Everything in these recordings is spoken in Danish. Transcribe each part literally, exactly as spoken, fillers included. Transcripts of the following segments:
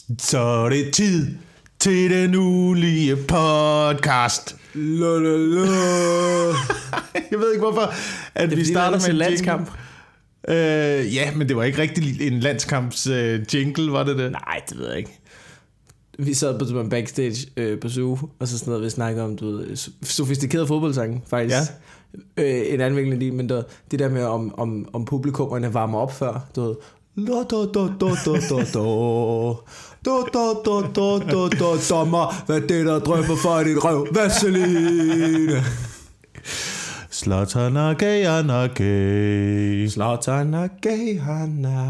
Så er det tid til den ulige podcast. Lalalala. Jeg ved ikke hvorfor at det vi starter med en landskamp. Øh, ja, men det var ikke rigtig en landskamps øh, jingle, var det det? Nej, det ved jeg ikke. Vi sad på en backstage øh, på Zoo, og så sådan noget, vi snakkede om, du ved, sofistikerede fodboldsange, faktisk. Ja. Øh, en anden vinkel lige, men det, det der med, om, om, om publikummerne varmer op før, du ved, da da da da da da da da da da da dommer, hvad det der drømmer for dit røv, Vaseline. Zlatan er gay, han er gay. Zlatan er gay, han er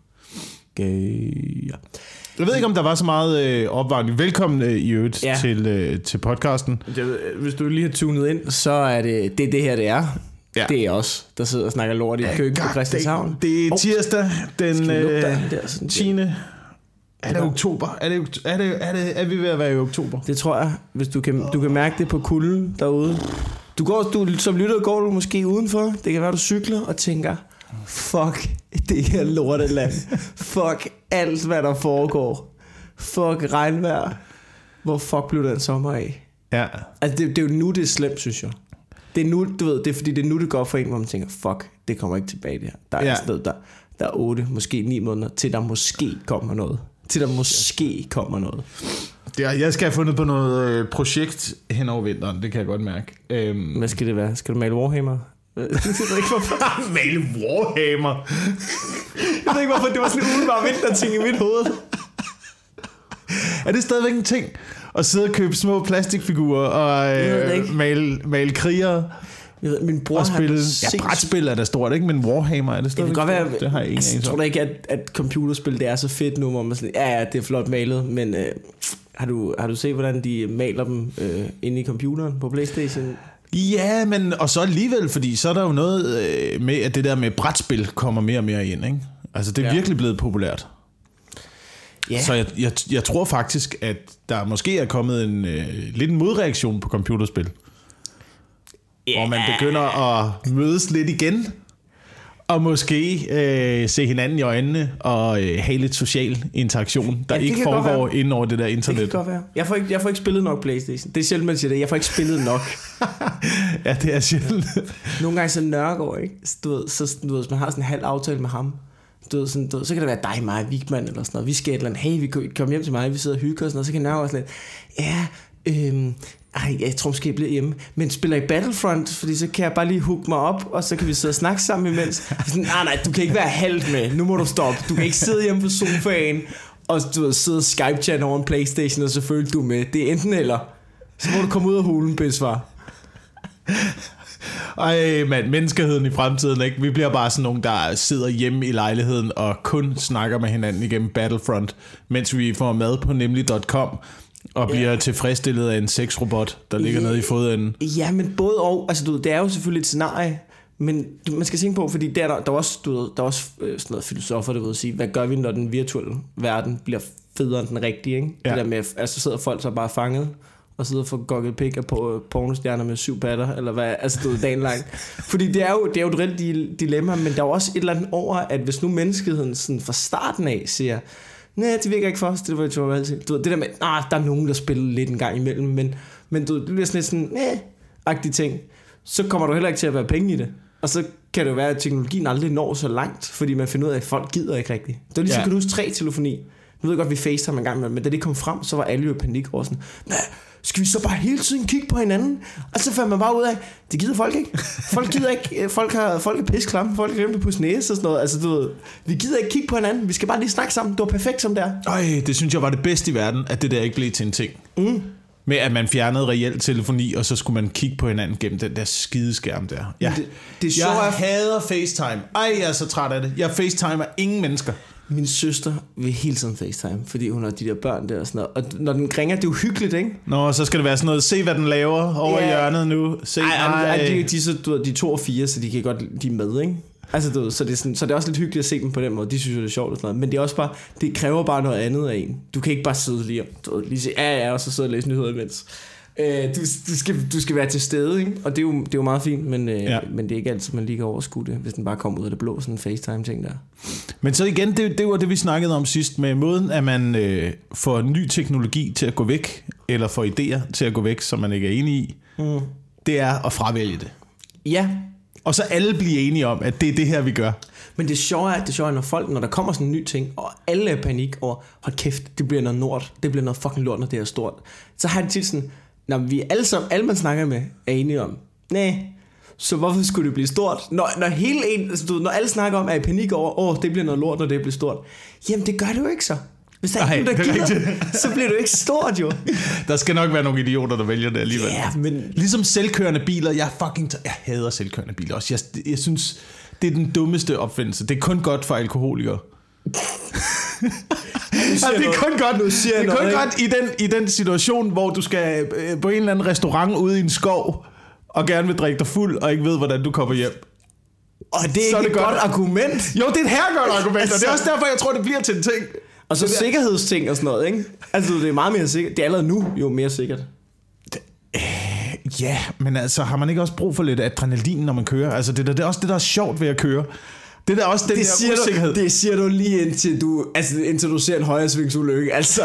gay. Jeg ved ikke, om der var så meget øh, opvarmning. Velkommen øh, i øvrigt ja. til, øh, til podcasten. Hvis du lige har tunet ind, så er det det, det her, det er. Ja. Det er os, der sidder og snakker lort i et køkken på Christianshavn. Det, det er tirsdag, den øh, der, tiende Er det oktober? Er, det, er, det, er, det, er vi ved at være i oktober? Det tror jeg, hvis du kan, du kan mærke det på kulden derude. Du går, du, som lytter går du måske udenfor. Det kan være, du cykler og tænker, fuck det her lorteland. Fuck alt, hvad der foregår. Fuck regnvejr. Hvor fuck blev den sommer af? Ja. Altså, det, det er jo nu, det er slemt, synes jeg. Det er nu, du ved, det er fordi, det er nu, det går for en, hvor man tænker, fuck, det kommer ikke tilbage det her. Der er ja. et sted, der, der er otte, måske ni måneder, til der måske kommer noget. Til der måske kommer noget. Det er, jeg skal have fundet på noget øh, projekt hen over vinteren, det kan jeg godt mærke. Øhm. Hvad skal det være? Skal du male Warhammer? Jeg ved ikke, hvorfor. Male Warhammer? Jeg ved ikke, hvorfor det var sådan en udenbar vinterting i mit hoved. Er det stadigvæk en ting? At sidde og købe små plastikfigurer og øh, male, male krigere? Jeg ved, min bror spille, har ja, brætspil er da stort, ikke? Men Warhammer er det stadigvæk. Det kan godt være, det har jeg altså, jeg tror da ikke, at, at computerspil det er så fedt nu, hvor man sådan, ja, ja, det er flot malet, men øh, har, du, har du set, hvordan de maler dem øh, inde i computeren på PlayStation? Ja, men og så alligevel, fordi så er der jo noget øh, med, at det der med brætspil kommer mere og mere ind, ikke? Altså, det er ja. virkelig blevet populært. Yeah. Så jeg, jeg, jeg tror faktisk, at der måske er kommet en øh, lidt en modreaktion på computerspil. Yeah. Hvor man begynder at mødes lidt igen. Og måske øh, se hinanden i øjnene og øh, have lidt social interaktion, der ja, ikke foregår inden over det der internet. Det kan godt være. Jeg får ikke, jeg får ikke spillet nok PlayStation. Det er sjældent, man siger det. Jeg får ikke spillet nok. Ja, det er sjældent. Nogle gange så Nørgaard, ikke? Du ved, så, du ved, hvis man har sådan en halv aftale med ham, du ved, sådan, du ved, så kan det være dig, mig, Vigman eller sådan noget. Vi skal et eller andet, hey, vi kommer hjem til mig, vi sidder og hygger og sådan noget. Så kan Nørgaard sådan lidt, ja, øhm, ej, jeg tror måske jeg bliver hjemme, men spiller i Battlefront, fordi så kan jeg bare lige hook mig op, og så kan vi sidde og snakke sammen imens. Sådan, nej, nej, du kan ikke være halvt med, nu må du stoppe. Du kan ikke sidde hjemme på sofaen, og du ved, sidde og Skype-chat over en PlayStation, og selvfølgelig du er med. Det er enten eller. Så må du komme ud af hulen, bedstfar. Ej, mand, menneskeheden i fremtiden, ikke? Vi bliver bare sådan nogle, der sidder hjemme i lejligheden og kun snakker med hinanden igennem Battlefront, mens vi får mad på nemlig punktum com og bliver ja. tilfredsstillet af en sexrobot, der ligger ja, nede i fodenden. Ja, men både og. Altså, du ved, det er jo selvfølgelig et scenarie, men man skal tænke på, fordi der, der, der er også, du ved, der er også sådan noget filosofer, der vil sige, hvad gør vi, når den virtuelle verden bliver federe end den rigtige, ikke? Ja. Det der med, altså sidder folk så bare fanget og sidder og får gokket pik på pornostjerner med syv patter, eller hvad, altså du ved, dagen lang. Fordi det er jo, det er jo et reelt dilemma, men der er jo også et eller andet over, at hvis nu menneskeheden sådan fra starten af siger, nej, det virker ikke for os, det var jo altid. Du ved, det der med, ah, der er nogen, der spiller lidt en gang imellem, men, men du, det bliver sådan lidt sådan, næh-agtige ting, så kommer du heller ikke til at være penge i det. Og så kan det jo være, at teknologien aldrig når så langt, fordi man finder ud af, at folk gider ikke rigtigt. Det var ligesom, ja. kan du huske tre telefoni. Nu ved jeg godt, vi FaceTime en gang med, men da det kom frem, så var alle jo i panik over sådan, nej, skal vi så bare hele tiden kigge på hinanden? Og så fandt man bare ud af, det gider folk ikke. Folk gider ikke. Folk, har, folk er pisklamme. Folk glemmer at pusse næse og sådan noget. Altså, du ved, vi gider ikke kigge på hinanden. Vi skal bare lige snakke sammen. Det var perfekt som det er. Øj, det synes jeg var det bedste i verden, at det der ikke blev til en ting. Mm. Med at man fjernede reelt telefoni, og så skulle man kigge på hinanden gennem den der skideskærm der. Ja. Det, det jeg er... hader FaceTime. Ej, jeg er så træt af det. Jeg FaceTimer ingen mennesker. Min søster vil hele tiden FaceTime, fordi hun har de der børn der og sådan noget. Og når den ringer, det er jo hyggeligt, ikke? Nå, så skal det være sådan noget, se hvad den laver over yeah. hjørnet nu. Se, ej, ej, ej. De, de, så, du ved, de to og fire, så de kan godt, de er med, ikke? Altså, du ved, så, det er sådan, så det er også lidt hyggeligt at se dem på den måde. De synes jo, det er sjovt og sådan noget. Men det er også bare, det kræver bare noget andet af en. Du kan ikke bare sidde lige og du ved, lige sige, ja, ja, og så sidde og læse nyheder imens. Øh, du, du, skal, du skal være til stede, ikke? Og det er jo, det er jo meget fint, men, øh, ja. men det er ikke altid, man lige kan overskue det, hvis den bare kommer ud af det blå, sådan en FaceTime-ting der. Men så igen, det, det var det, vi snakkede om sidst, med måden, at man øh, får ny teknologi til at gå væk, eller får idéer til at gå væk, som man ikke er enig i, mm. det er at fravælge det. Ja. Og så alle bliver enige om, at det er det her, vi gør. Men det sjove er, det sjove er, når folk, når der kommer sådan en ny ting, og alle er i panik over, hold kæft, det bliver noget lort, det bliver noget fucking lort, når det er stort. Så har de tit sådan, når vi alle sammen, alle man snakker med, er enige om, nej, så hvorfor skulle det blive stort? Når, når hele en, altså, når alle snakker om, er i panik over, åh, det bliver noget lort, når det bliver stort. Jamen, det gør det jo ikke så. Hvis der er ikke nogen, der gider, så bliver det jo ikke stort, jo. Der skal nok være nogle idioter, der vælger det alligevel. Ja, men... Ligesom selvkørende biler. Jeg fucking... Jeg hader selvkørende biler også. Jeg, jeg synes, det er den dummeste opfindelse. Det er kun godt for alkoholikere. Altså, det er kun godt, nu siger det er kun noget, godt i, den, i den situation, hvor du skal på en eller anden restaurant ude i en skov, og gerne vil drikke dig fuld, og ikke ved, hvordan du kommer hjem. Og det er så ikke er et godt argument. Jo, det er et herregodt argument, altså, og det er også derfor, jeg tror, det bliver til en ting. Og så sikkerhedsting og sådan noget, ikke? Altså, det er meget mere sikkert. Det er allerede nu jo mere sikkert. Det, øh, ja, men altså, har man ikke også brug for lidt adrenalin, når man kører? Altså, det, der, det er også det, der er sjovt ved at køre. Det der også den det der usikkerhed. Du, det siger du lige indtil du, altså, indtil du ser en højresvingsulykke, altså.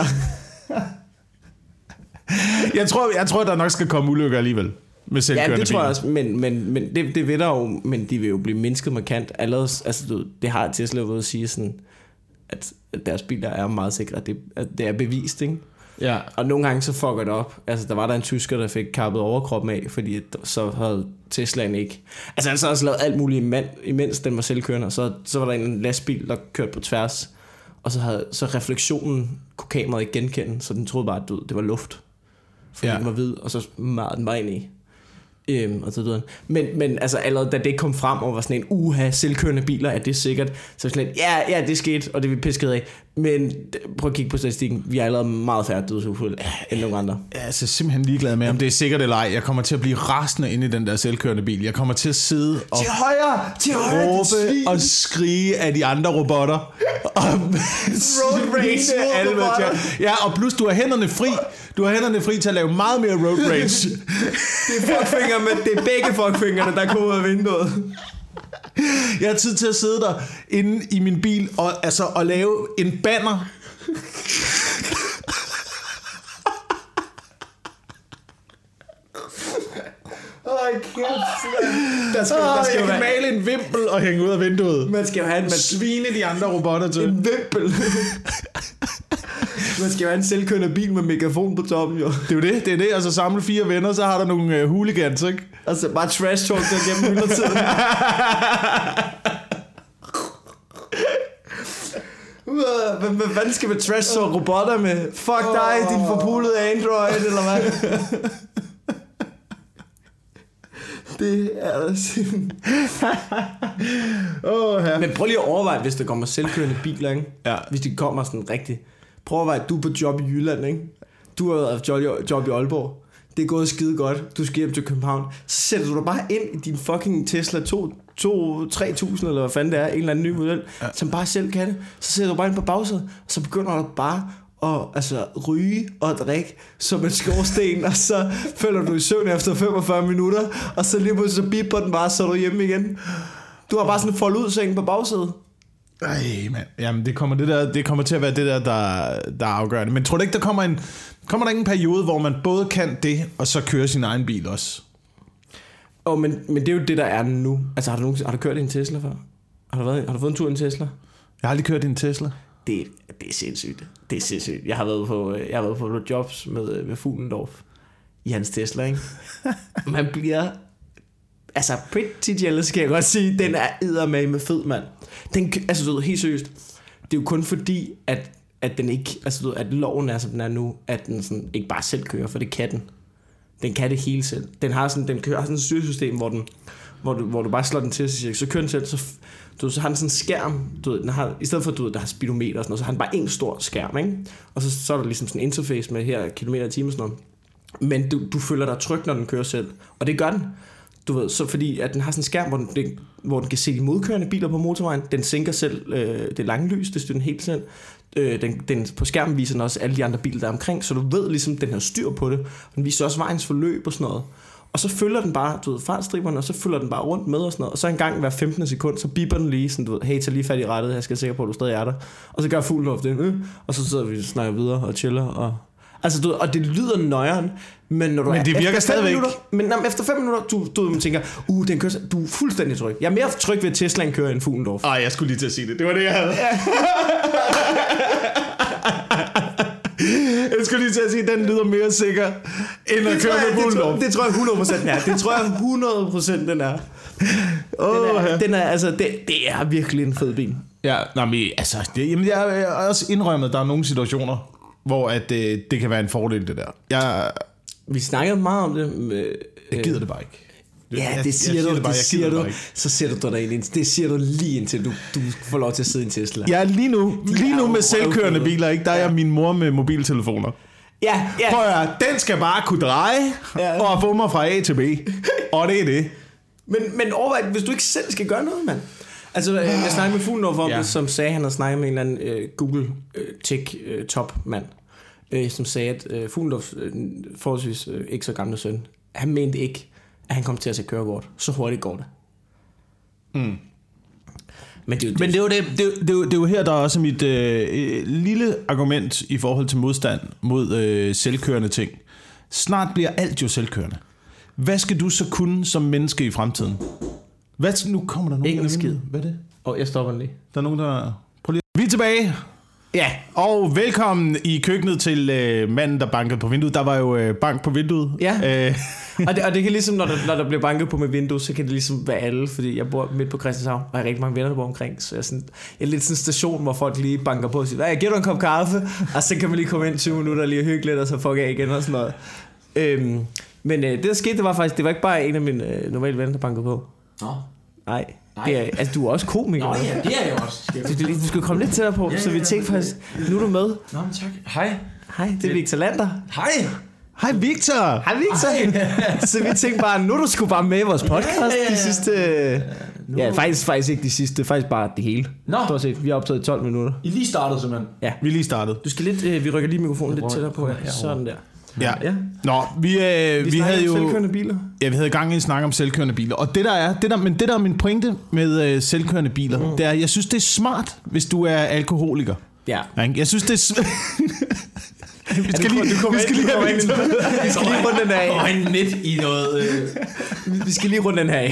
jeg, tror, jeg tror, der nok skal komme ulykker alligevel. Med selvkørende ja, det tror biler. jeg også, men, men, men det, det ved der jo, men de vil jo blive mindsket markant. Allerede, altså, du, det har Tesla ved at sige sådan, at deres biler er meget sikre, at det, at det er bevist, ikke? Ja. Og nogle gange så fucker det op. Altså, der var der en tysker, der fik kappet overkroppen af, fordi så havde Teslaen ikke... Altså, han så også lavet alt muligt imens den var selvkørende, og så, så var der en lastbil, der kørte på tværs, og så havde så refleksionen kunne kameraet ikke genkende, så den troede bare, at det var luft, fordi ja. Den var hvid, og så meget den var ind i. Øhm, og så videre. Men, men altså allerede da det kom frem og var sådan en uha selvkørende biler, er det sikkert, så sådan lidt, ja, ja, det skete, og det er vi pisket af. Men prøv at kigge på statistikken, vi er allerede meget færre dødsufulde end nogle andre. Jeg er altså simpelthen ligeglad med, om det er sikkert eller ej. Jeg kommer til at blive rasende inde i den der selvkørende bil. Jeg kommer til at sidde og til højre, til højre, råbe og skrige af de andre robotter. Road rage alle robotter. Ja, og plus du har hænderne fri. Du har hænderne fri til at lave meget mere road rage. Det er fuckfinger, men det er begge fuckfingerne, der kommer ud af vinduet. Jeg har tid til at sidde der inde i min bil og, altså, og lave en banner. Åh, kæft. Der skal, oh, der skal jeg kan male en vimpel og hænge ud af vinduet. Man skal jo have en... Man... Svine de andre robotter til. En vimpel. Man skal jo have en selvkørende bil med megafon på toppen, jo. Det er jo det, det er det. Altså samle fire venner, så har der nogle uh, hooligans, ikke? Altså bare trash talk der gennem myldretiden. Hvad fanden skal vi trash talk robotter med? Fuck oh. dig, din forpulede Android, eller hvad? Det er da simpelthen... oh, ja. Men prøv lige at overveje, hvis der kommer selvkørende biler, ikke? Ja. Hvis de kommer sådan rigtigt. Prøv at overveje, at du er på job i Jylland, ikke? Du har været job, job i Aalborg. Det er gået skide godt. Du skal hjem til København. Så sætter du dig bare ind i din fucking Tesla to tre tusind, eller hvad fanden det er, en eller anden ny model, ja. Som bare selv kan det. Så sætter du bare ind på bagsædet, og så begynder du bare at altså, ryge og drikke som en skorsten, og så falder du i søvn efter femogfyrre minutter, og så lige pludselig så bipper den bare, så er du hjemme igen. Du har bare sådan en fold ud seng på bagsædet. Ej, mand. Jamen, det kommer, det, der, det kommer til at være det der, der, der er afgørende. Men tror du ikke, der kommer en, kommer der ikke en periode, hvor man både kan det, og så kører sin egen bil også? Åh, oh, men, men det er jo det, der er nu. Altså, har du, nogen, har du kørt i en Tesla før? Har du, været, har du fået en tur i en Tesla? Jeg har aldrig kørt i en Tesla. Det, det er sindssygt. Det er sindssygt. Jeg har været på, jeg har været på jobs med, med Fuglendorf i hans Tesla, ikke? Man bliver... Altså, pretty jealous, kan jeg godt sige. Den er eddermame med fed, mand. Den, altså, du ved, helt seriøst. Det er jo kun fordi, at, at den ikke... Altså, du ved, at loven er, som den er nu, at den sådan ikke bare selv kører, for det kan den. Den kan det hele selv. Den har sådan, den kører, har sådan et styresystem, hvor, den, hvor, du, hvor du bare slår den til, så, så kører den selv, så, du, så har den sådan en skærm, du ved, den har, i stedet for, du ved, der har speedometer og sådan noget, så har den bare en stor skærm, ikke? Og så, så er der ligesom sådan en interface med her kilometer i timen og sådan noget. Men du, du føler dig tryg, når den kører selv. Og det gør den. Du ved, så fordi at den har sådan en skærm, hvor den, det, hvor den kan se de modkørende biler på motorvejen. Den sænker selv øh, det lange lys, det styrer den helt selv. øh, den, den, på skærmen viser den også alle de andre biler, der er omkring, så du ved ligesom, den har styr på det. Den viser også vejens forløb og sådan noget. Og så følger den bare, du ved, fartstriberne, og så følger den bare rundt med og sådan noget. Og så en gang hver femtende sekund, så bipper den lige, sådan, du ved, hey, tag lige fat i rettet, jeg skal være sikker på, at du stadig er der. Og så gør Fuglendorf det, øh, og så sidder vi og snakker videre og chiller. Og, altså, du ved, og det lyder nøjeren, men når du men det er virker stadigvæk. Minutter, men når, efter fem minutter, du, du tænker, uh, den kører, du er fuldstændig tryg. Jeg er mere tryg ved, at Teslaen kører end Fuglendorf. Ej, jeg skulle lige til at sige det. Det var det, jeg havde. Ja. Jeg skulle lige til at sige, at den lyder mere sikker, end at køre med Fuglendorf. Det tror jeg hundrede procent den er. Det tror jeg hundrede procent den er. Oh, den er, ja. den er altså, det, det er virkelig en fed bil. Ja, nej, men altså, det, jamen, jeg har også indrømmet, at der er nogle situationer, hvor at, det, det kan være en fordel, det der. Jeg, Vi snakkede meget om det. Med, jeg gider det bare ikke. Ja, jeg, det siger jeg, jeg du, det, bare, det siger du, det så sætter du dig ind. Det siger du lige indtil du, du får lov til at sidde i en Tesla. Ja, lige nu, lige nu med selvkørende biler, ikke, der er jeg min mor med mobiltelefoner. Ja, ja. Prøv at høre, den skal bare kunne dreje ja. og få mig fra A til B. Og det er det. Men, men overvej, hvis du ikke selv skal gøre noget, mand. Altså, jeg snakkede med Fuglendorf om ja. det, som sagde, han havde snakket med en eller anden uh, Google uh, Tech uh, top mand, uh, som sagde, at uh, Fuglendorf, uh, forholdsvis uh, ikke så gamle søn, han mente ikke, at han kom til at se kørekort. Så hurtigt går det. Mm. Men det er jo det. Men det er jo, det, det, det, det er jo her, der er også mit øh, lille argument i forhold til modstand mod øh, selvkørende ting. Snart bliver alt jo selvkørende. Hvad skal du så kunne som menneske i fremtiden? Hvad, nu kommer der nogen. Ingen skid. Hvad er det? Åh, oh, jeg stopper den lige. Der er nogen, der... Prøv lige. Vi er tilbage. Ja. Og velkommen i køkkenet til øh, manden, der bankede på vinduet. Der var jo øh, bank på vinduet. Ja. Øh. og, det, og det kan ligesom, når der, når der bliver banket på mit vindue, så kan det ligesom være alle, fordi jeg bor midt på Christianshavn, og jeg har rigtig mange venner, der bor omkring. Så jeg er, sådan, jeg er lidt sådan en station, hvor folk lige banker på og siger, jeg giver dig en kop kaffe, og så kan man lige komme ind tyve minutter og lige hygge lidt, og så fuck af igen og sådan noget. Øhm, men øh, det der skete, det var faktisk, det var ikke bare en af mine øh, normale venner, der bankede på. Nå. Nej. Det er, altså, du er også komiker. Nå ja, det er jeg også. Du, du skal komme lidt tættere på, ja, så vi tænker faktisk, nu er du med. Nå, men tak. Hej. Hej, det er Victor Lander. Hej. Hej Victor. Hej Victor. Hej. Så vi tænkte bare, nu er du sgu bare med i vores podcast ja, ja, ja. de sidste... Ja, faktisk, faktisk ikke de sidste, faktisk bare det hele. Nå. Stort set, vi har optaget i tolv minutter. I lige startede simpelthen. Ja. Vi lige startede. Du skal lidt, øh, vi rykker lige mikrofonen lidt tættere på her. Sådan der. Ja. ja. Nå, vi, øh, vi, vi havde jo selvkørende biler. Ja, vi havde gang i en snak om selvkørende biler. Og det der er, det der, men det der er min pointe med øh, selvkørende biler, mm. det er, jeg synes det er smart, hvis du er alkoholiker. Ja. Jeg synes det er sm- vi skal lige, du kommer vi skal lige have ind, vi skal lige runde den her af. Og en net i noget. Øh. Vi skal lige runde den her af.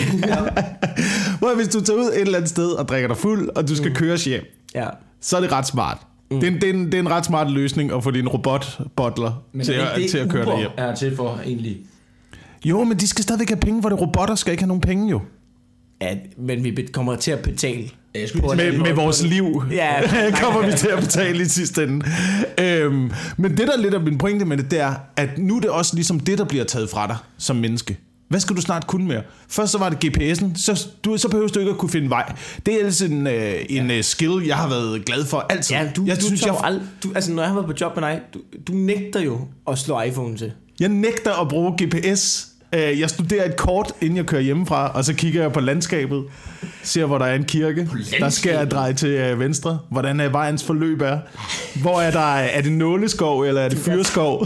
Hvor hvis du tager ud et eller andet sted og drikker dig fuld, og du skal mm. køres hjem, ja. så er det ret smart. Mm. Det, er en, det, er en, det er en ret smart løsning at få din robotbottler til, at, til at køre dig hjem. Er til for egentlig. Jo, men de skal stadigvæk have penge, hvor det robotter skal ikke have nogen penge jo. Ja, men vi kommer til at betale. Jeg skulle med, med vores liv ja, kommer vi til at betale i sidste ende. øhm, men det der lidt af min pointe med det, det er, at nu er det også ligesom det, der bliver taget fra dig som menneske. Hvad skal du snart kunne mere? Først så var det G P S'en, så, du, så behøver du ikke at kunne finde vej. Det er altså en, øh, en ja. skill, jeg har været glad for altid. Ja, du, jeg du synes, jeg... ald- du, altså når jeg har været på job med dig, du, du nægter jo at slå iPhone til. Jeg nægter at bruge G P S. Jeg studerer et kort, inden jeg kører hjemmefra, og så kigger jeg på landskabet, ser, hvor der er en kirke, der skal jeg dreje til venstre, hvordan er vejens forløb er, hvor er der, er det nåleskov, eller er det fyreskov?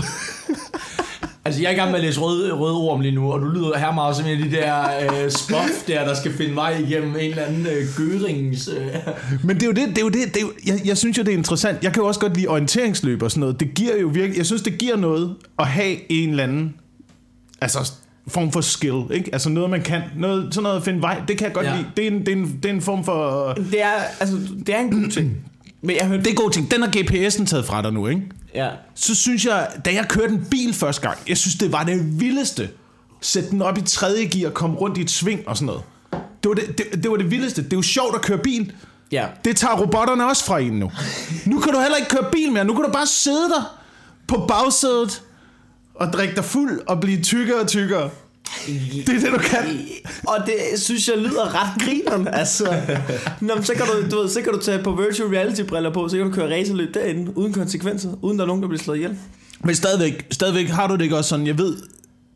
Altså, jeg er i gang med at læse røde, røde orm lige nu, og du lyder her meget som en af de der øh, spof der, der skal finde vej igennem en eller anden øh, gørings... Øh. Men det er jo det, det er jo det, det er jo, jeg, jeg synes jo, det er interessant. Jeg kan jo også godt lide orienteringsløb og sådan noget. Det giver jo virkelig, jeg synes, det giver noget at have en eller anden, altså form for skill, ikke? Altså noget, man kan, noget, sådan noget at finde vej, det kan jeg godt ja. lide. Det er, en, det, er en, det er en form for... Det er, altså, det er en god ting. Men jeg hørte, det er en god ting. Den er G P S'en taget fra dig nu, ikke? Ja. Så synes jeg, da jeg kørte en bil første gang, jeg synes, det var det vildeste. Sæt den op i tredje gear, kom rundt i et sving og sådan noget. Det var det, det, det var det vildeste. Det er jo sjovt at køre bil. Ja. Det tager robotterne også fra en nu. Nu kan du heller ikke køre bil mere. Nu kan du bare sidde der på bagsædet og drikke dig fuld og blive tykkere og tykkere. Det er det, du kan. Og det synes jeg lyder ret grineren. Altså, Nå, så, kan du, du ved, så kan du tage på virtual reality briller på, så kan du køre racerløb derinde uden konsekvenser, uden der er nogen, der bliver slået ihjel. Men stadigvæk, stadigvæk har du det ikke også sådan, jeg ved,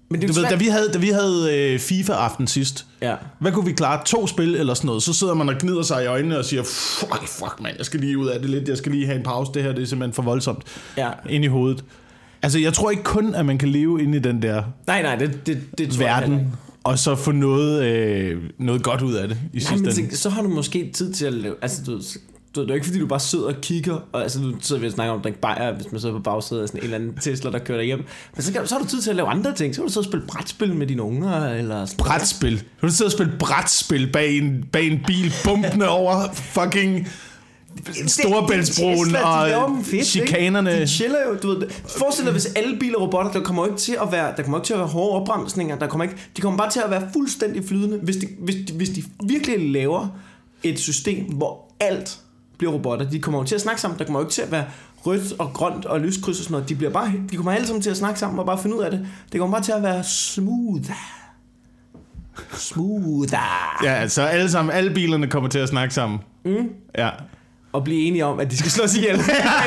Men det du ved, svært. da vi havde, da vi havde øh, FIFA-aften sidst, Ja. hvad kunne vi klare? To spil eller sådan noget. Så sidder man og gnider sig i øjnene og siger, fuck, fuck mand, jeg skal lige ud af det lidt, jeg skal lige have en pause, det her det er simpelthen for voldsomt. Ja. Ind i hovedet. Altså, jeg tror ikke kun, at man kan leve inde i den der Nej, nej, det, det, det tror verden, jeg og så få noget, øh, noget godt ud af det i Nej, sidste men ende. så, så har du måske tid til at lave... Altså, du, du, det er jo ikke, fordi du bare sidder og kigger, og altså, nu sidder vi og snakker om at drikke bajer, hvis man sidder på bagsædet af sådan en eller anden Tesla, der kører dig hjem. Men så, kan, så har du tid til at lave andre ting. Så kan du sidde og spille brætspil med dine unger, eller... Sådan Brætspil. Du sidder og spille brætspil bag en, bag en bil, bumpende over fucking Storebæltsbroen og fedt, chikanerne. Ikke? De chiller jo, du ved. Forestil dig, hvis alle biler og robotter, der kommer ikke til at være, der kommer ikke til at være hårde opbremsninger, der kommer ikke, de kommer bare til at være fuldstændig flydende, hvis de, hvis de, hvis de virkelig laver et system, hvor alt bliver robotter. De kommer jo til at snakke sammen, der kommer jo ikke til at være rødt og grønt og lyskryds og sådan noget. De, bliver bare, de kommer alle sammen til at snakke sammen og bare finde ud af det. Det kommer bare til at være smooth. Smooth. Ja, altså alle sammen, alle bilerne kommer til at snakke sammen. Mm. Ja. Og blive enige om, at de skal slås ihjel. De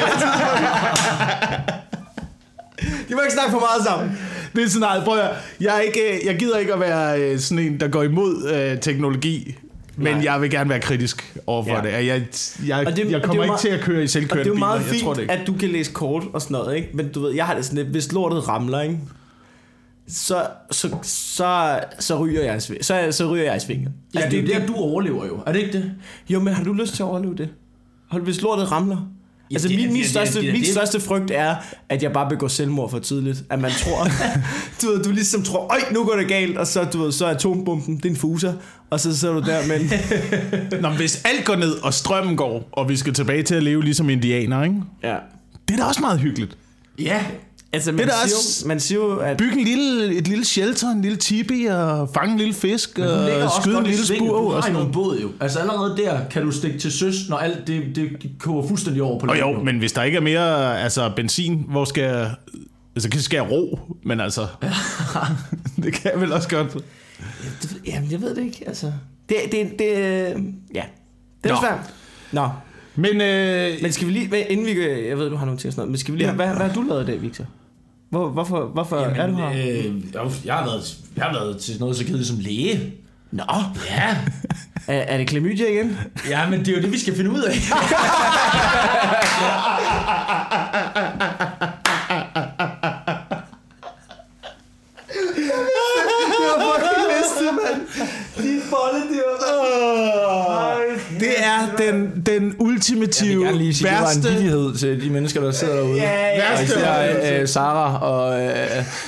må ikke snakke for meget sammen. Det er sådan noget, prøv at, jeg, er ikke, jeg gider ikke at være sådan en, der går imod øh, teknologi. Men Nej. jeg vil gerne være kritisk overfor ja. det. Jeg, jeg, jeg, det, jeg kommer ikke meget, til at køre i selvkørende biler. Det er jo meget biler. fint, tror det ikke. at du kan læse kort og sådan noget, ikke? Men du ved, jeg har det sådan lidt, hvis lortet ramler, ikke? Så, så, så, så ryger jeg så, så ryger jeg i svinget. Ja, altså, det er det, du overlever jo. Er det ikke det? Jo, men har du lyst til at overleve det? Hvis lortet ramler? Ja, altså det, min, det, min, det, største, det, det, min det. største frygt er, at jeg bare begår selvmord for tidligt. At man tror, du ved, du ligesom tror, øj, nu går det galt, og så, du ved, så er atombomben, det er en fuser, og så sidder du der, men... Nå, men hvis alt går ned, og strømmen går, og vi skal tilbage til at leve ligesom indianer, ikke? Ja. Det er da også meget hyggeligt. Ja, altså man, siger, også, jo, man siger jo, at... Bygge en lille, et lille shelter, en lille tipi, og fange en lille fisk, og skyde en lille spur. Du har jo en båd jo. Altså allerede der kan du stikke til søs, når alt det, det koger fuldstændig over på landet. Jo, men hvis der ikke er mere altså, benzin, hvor skal jeg... Altså, skal jeg ro, men altså... det kan jeg vel også godt. Jamen, jeg ved det ikke, altså... Det, det, det, ja, det er svært. Nå. Men, øh, men skal vi lige, inden vi, jeg ved, du har nogle ting og sådan noget, men skal vi lige, ja. hvad, hvad har du lavet i dag, Victor? Hvor, hvorfor hvorfor Jamen, er du her? Øh, jeg, har været, jeg har været til noget så kedeligt som læge. Nå. Ja. er, er det klamydia igen? Ja, men det er jo det, vi skal finde ud af. Det er den, den ultimative, jeg lige sige, værste... Det var en vittighed til de mennesker, der sidder derude. Ja, ja, værste. Og øh, Sarah og... Øh,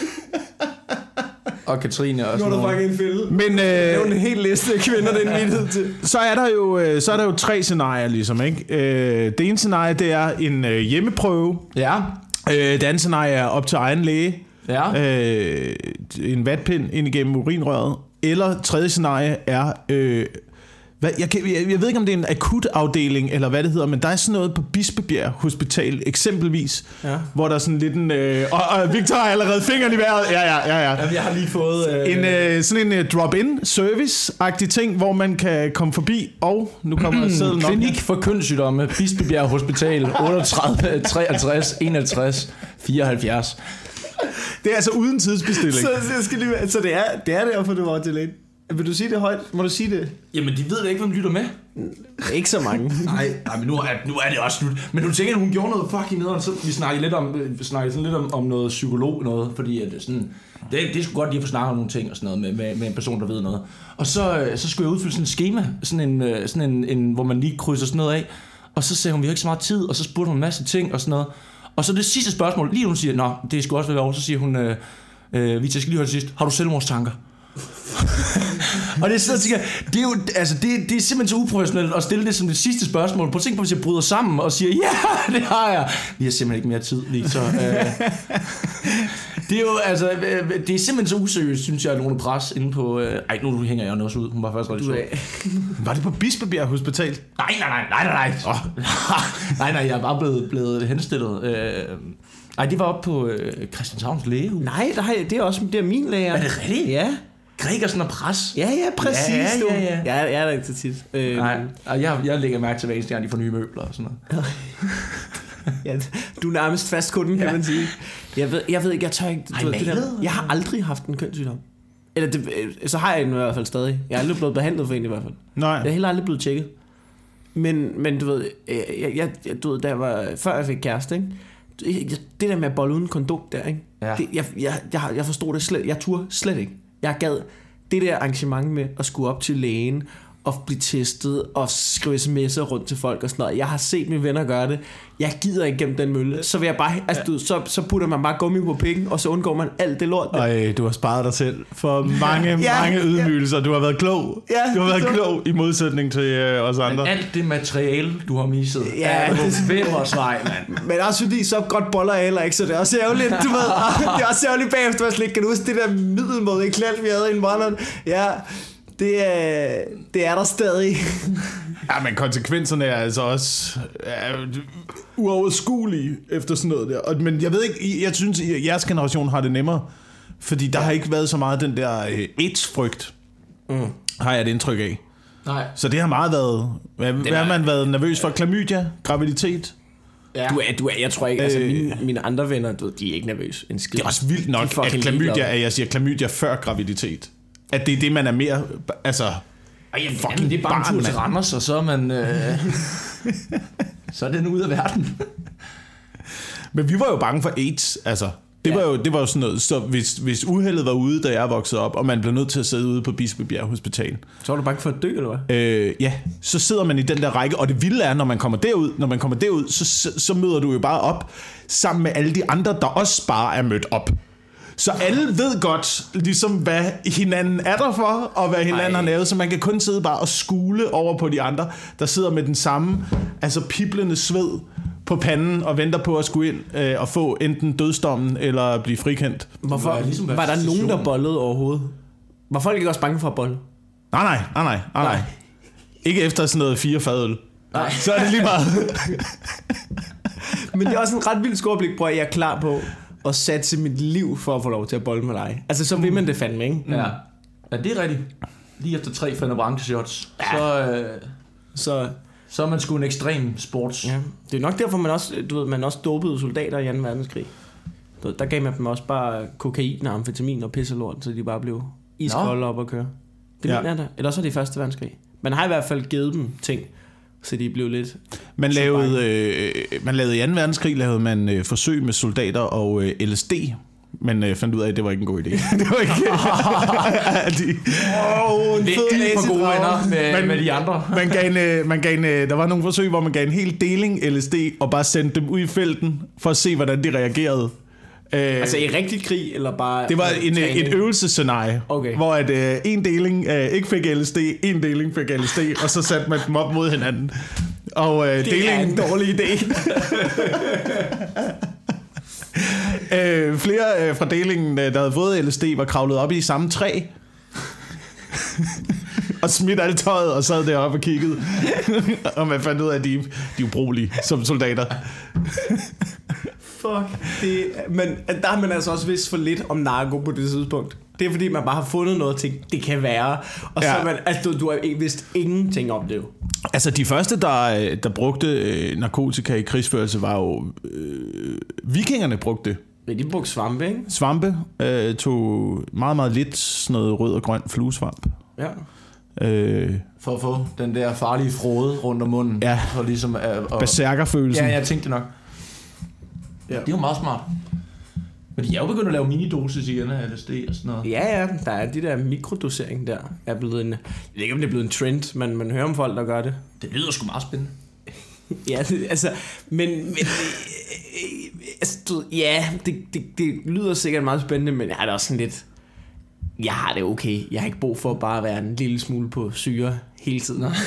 og Katrine og sådan noget. Nu er der faktisk en fælde. Men øh, det er jo en hel liste af kvinder, den vittighed til. Så er der jo, så er der jo tre scenarier, ligesom, ikke? Øh, det ene scenarie, det er en øh, hjemmeprøve. Ja. Øh, det andet scenarie er op til egen læge. Ja. Øh, en vatpind ind igennem urinrøret. Eller tredje scenarie er... Øh, hvad, jeg, jeg, jeg ved ikke, om det er en akutafdeling, eller hvad det hedder, men der er sådan noget på Bispebjerg Hospital, eksempelvis, ja. Hvor der er sådan lidt en... Øh, og, og Victor har allerede fingeren i vejret. Ja, ja, ja, ja. Jamen, jeg har lige fået... Øh, en, øh, sådan en uh, drop-in service-agtig ting, hvor man kan komme forbi, og nu kommer sædlen op. Klinik for kønssygdomme, Bispebjerg Hospital, otteogtredive treogtres enogtres fireoghalvfjerds. Det er altså uden tidsbestilling. Så, så, skal lige, så det er, det er derfor, du var til lægen. Vil du sige det højt? Må du sige det? Jamen, de ved da ikke, hvem lytter med. Ikke så mange. nej, nej, men nu er, nu er det også slut. Men du tænker, at hun gjorde noget fucking nederen, så vi snakkede lidt om, vi snakkede sådan lidt om, om noget psykolog noget, fordi at sådan, det, det er sgu godt lige at få snakket om nogle ting og sådan noget med, med, med en person, der ved noget. Og så, så skulle jeg udfylde sådan et schema, sådan en, sådan en, en, hvor man lige krydser sådan noget af. Og så sagde hun, vi har ikke så meget tid, og så spurgte hun en masse ting og sådan noget. Og så det sidste spørgsmål, lige hun siger, nå, det er sgu også vel over, så siger hun, øh, øh, vi skal lige høre det sidst, har du selvmordstanker? Og det er sådan, jeg tænker, det er jo, altså, det, det er simpelthen så uprofessionelt at stille det som det sidste spørgsmål. På tænk på, hvis jeg bryder sammen og siger, ja, det har jeg. Vi har simpelthen ikke mere tid, Victor. Det er jo, altså, det er simpelthen så useriøst, synes jeg, at nogen pres inde på... Ej, nu hænger jeg også ud. Hun var først rigtig sød. Var det på Bispebjerg Hospital? Nej, nej, nej, nej, nej, nej. Oh. nej, nej, jeg er bare blevet, blevet henstillet. Ej, det var oppe på Christianshavns lægehus. Nej, der har jeg, det er også det er min læger. Er det rigtigt? Ja. Gregersen og pres. Ja, ja, præcis. Ja, ja, ja, ja. Jeg, jeg er der ikke så tit. Øh, Nej, jeg, jeg lægger mærke til, hver eneste gang, de får nye møbler og sådan noget. Ja, du er nærmest fast kunden, kan ja. man sige. Jeg ved, jeg ved ikke, jeg tør ikke... Har I det der, jeg har aldrig haft en kønssygdom. Eller det, så har jeg den i hvert fald stadig. Jeg er aldrig blevet behandlet for en i hvert fald. Nej. Jeg er heller aldrig blevet tjekket. Men, men du ved, jeg, jeg, jeg, du ved, da jeg var, før jeg fik kæreste, ikke? Det der med at bolle uden kondom der, ikke? Ja. Det, jeg, jeg, jeg, jeg forstod det slet. Jeg turde slet ikke. Jeg gad det der arrangement med at skulle op til lægen og blive testet og skrive sms'er rundt til folk og sådan noget. Jeg har set mine venner gøre det. Jeg gider ikke gennem den mølle. Så vil jeg bare, altså, du, så, så putter man bare gummi på pikken, og så undgår man alt det lort. Ej, du har sparet dig selv for mange, ja, mange ydmygelser. Du har været klog. Ja, du har været så... klog i modsætning til øh, os andre. Men alt det materiale, du har misset, ja, er på fem vej, mand. Men også fordi, så godt boller jeg heller ikke, så det er også ærgerligt, du ved. Det er også ærgerligt bagefter, at jeg kan du huske det der middelmåde klalt, vi havde i en måned. Ja, det er, det er der stadig. Ja, men konsekvenserne er altså også er uoverskuelige efter sådan noget der. Og, men jeg ved ikke, jeg synes, at jeres generation har det nemmere, fordi der ja. har ikke været så meget den der øh, AIDS-frygt, mm. har jeg et indtryk af. Nej. Så det har meget været, hvad, hvad har man været nervøs for? Klamydia? Graviditet? Ja. Du er, du er, jeg tror ikke, altså mine, mine andre venner, du, de er ikke nervøse. En skid. Det er også vildt nok, at klamydia, at jeg siger klamydia før graviditet. At det er det, man er mere, altså... Ej, jamen, fucking det er bare en tur til Randers, og så er man... Øh, så er den ude af verden. Men vi var jo bange for AIDS, altså. Det, ja. var, jo, det var jo sådan noget, så hvis, hvis uheldet var ude, da jeg voksede op, og man blev nødt til at sidde ude på Bispebjerg Hospital. Så var du bange for at dø, eller hvad? Øh, ja, så sidder man i den der række, og det vilde er, når man kommer derud, når man kommer derud, så, så, så møder du jo bare op sammen med alle de andre, der også bare er mødt op. Så alle ved godt, ligesom hvad hinanden er der for, og hvad hinanden Ej. har lavet, så man kan kun sidde bare og skule over på de andre, der sidder med den samme, altså piblende sved på panden og venter på at skulle ind øh, og få enten dødsdommen eller blive frikendt. Hvorfor? Var, ligesom var der nogen, der bollede overhovedet? Var folk ikke også bange for at bolle? Nej, nej, nej, nej, nej. nej. Ikke efter sådan noget fire fadøl. Nej. Så er det lige meget. Men det er også en ret vild scoreblik, bror, jeg er klar på at satse mit liv for at få lov til at bolle med dig. Altså, så vil man det fandme, ikke? Ja, ja det er rigtigt. Lige efter tre Fenerbahce-shots, ja. så, øh, så, så er man sgu en ekstrem sports. Ja. Det er nok derfor, man også, du ved, man også dopede soldater i anden verdenskrig. Du ved, der gav man dem også bare kokain, amfetamin og pisselort, så de bare blev iskolde op og køre. Det ja. mener jeg da. Eller også er det i første verdenskrig. Man har i hvert fald givet dem ting, så de blev lidt... Man lavede, øh, man lavede i anden verdenskrig lavede man øh, forsøg med soldater og øh, L S D, men øh, fandt ud af, at det var ikke en god idé. Det var ikke... de, wow, en fed for gode venner med, man, med de andre. man gav en, øh, man gav en, øh, der var nogle forsøg, hvor man gav en hel deling L S D og bare sendte dem ud i felten for at se, hvordan de reagerede. Altså i rigtig krig, eller bare... Det var en, et øvelsescenarie, okay. Hvor at, øh, en deling øh, ikke fik L S D, en deling fik L S D, og så satte man dem op mod hinanden. Og, øh, det deling, er en dårlig idé. øh, flere øh, fra delingen, der havde fået L S D, var kravlet op i samme træ. Og smidt alt tøjet og sad deroppe og kiggede. Og man fandt ud af, at de, de er ubrugelige som soldater. Fuck. Det, men der har man altså også vidst for lidt om narko på det tidspunkt. Det er fordi, man bare har fundet noget til, det kan være. Og ja. så man, altså, du, du har ikke vidst ingenting om det jo. Altså de første, der, der brugte øh, narkotika i krigsførelse, var jo... Øh, vikingerne brugte det. Men de brugte svampe, ikke? Svampe øh, tog meget, meget lidt sådan noget rød og grøn fluesvamp. Ja. Øh, for at få den der farlige frode rundt om munden. Ja. For ligesom at, og, berserkerfølelsen. Ja, jeg tænkte nok. Ja. Det er jo meget smart. Men de er jo begyndt at lave minidosis igen af L S D og sådan noget. Ja, ja. Der er de der mikrodosering der. Er blevet en, jeg ved ikke, om det er blevet en trend, men man hører om folk, der gør det. Det lyder sgu meget spændende. Ja, det, altså... Men... men altså, du, ja, det, det, det lyder sikkert meget spændende, men jeg har det også sådan lidt... Jeg har det okay. Jeg har ikke brug for bare at være en lille smule på syre hele tiden. ja,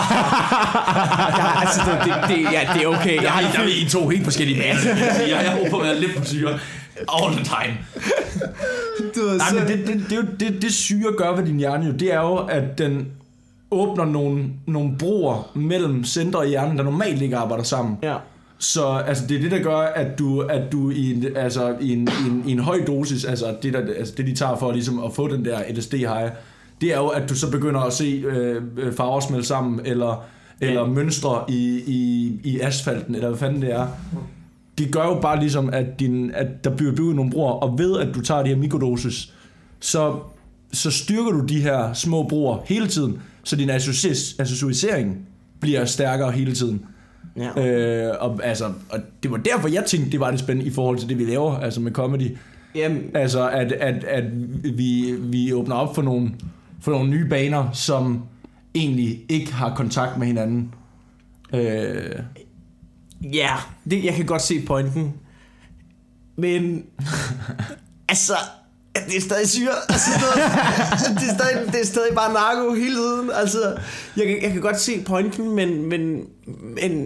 altså, det, det, det, ja, det er okay. Jeg har, der er I to helt forskellige baner. Jeg har brug for at være lidt på syre all the time. Du Nej, så... men det, det, det, det, det, det syre gør ved din hjerne jo, det er jo, at den åbner nogle, nogle broer mellem centre i hjernen, der normalt ikke arbejder sammen. Ja. Så altså, det er det, der gør, at du, at du i, en, altså, i, en, i, en, i en høj dosis, altså det, der, altså det de tager for ligesom, at få den der L S D-high, det er jo, at du så begynder at se øh, farver smelte sammen, eller eller mønstre i, i, i asfalten, eller hvad fanden det er. Det gør jo bare ligesom, at, din, at der bliver bygget nogle broer, og ved at du tager de her mikrodosis, så, så styrker du de her små broer hele tiden, så din associering bliver stærkere hele tiden. Ja. Øh, og, altså, og det var derfor, jeg tænkte, det var det spændende i forhold til det, vi laver, altså med comedy. Jamen. Altså, at, at, at vi, vi åbner op for nogle, for nogle nye baner, som egentlig ikke har kontakt med hinanden. Øh. Ja, det, jeg kan godt se pointen. Men altså, det er stadig syre. Altså, det, er stadig, det er stadig bare narko hele tiden. Altså, jeg, jeg kan godt se pointen, men men men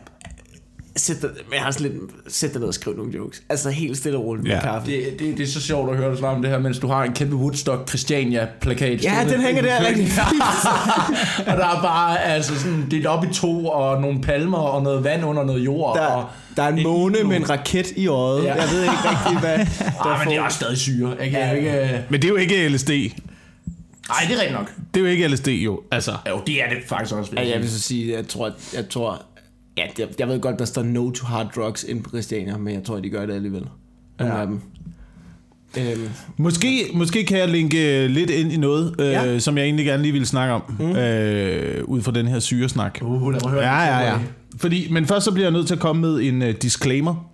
sæt dig, men jeg har sådan lidt sæt dig ned og skrive nogle jokes. Altså helt stille og roligt med ja. kaffe. Det, det, det er så sjovt at høre dig snakke om det her, mens du har en kæmpe Woodstock Christiania plakat. Ja, den hænger der rigtig fint. Og der er bare altså sådan delt op i to og nogle palmer og noget vand under noget jord. Der, og der er en måne med en raket i øjet. Ja. Jeg ved ikke rigtig hvad. Nej, men det er også stadig syre. Jeg kan ja. ikke. Men det er jo ikke L S D. Nej, det er rigtigt nok. Det er jo ikke L S D jo. Altså. Jo, det er det faktisk også. Ja, jeg vil så sige, jeg tror, jeg tror. Ja, jeg, jeg ved godt, der står no to hard drugs ind på Christiania, men jeg tror, de gør det alligevel. Ja. Af dem. Øhm. Måske, måske kan jeg linke lidt ind i noget, øh, ja. som jeg egentlig gerne lige ville snakke om, mm. øh, ud fra den her syresnak. Uh, lad mig høre ja, ja, ja. Fordi, men først så bliver jeg nødt til at komme med en uh, disclaimer.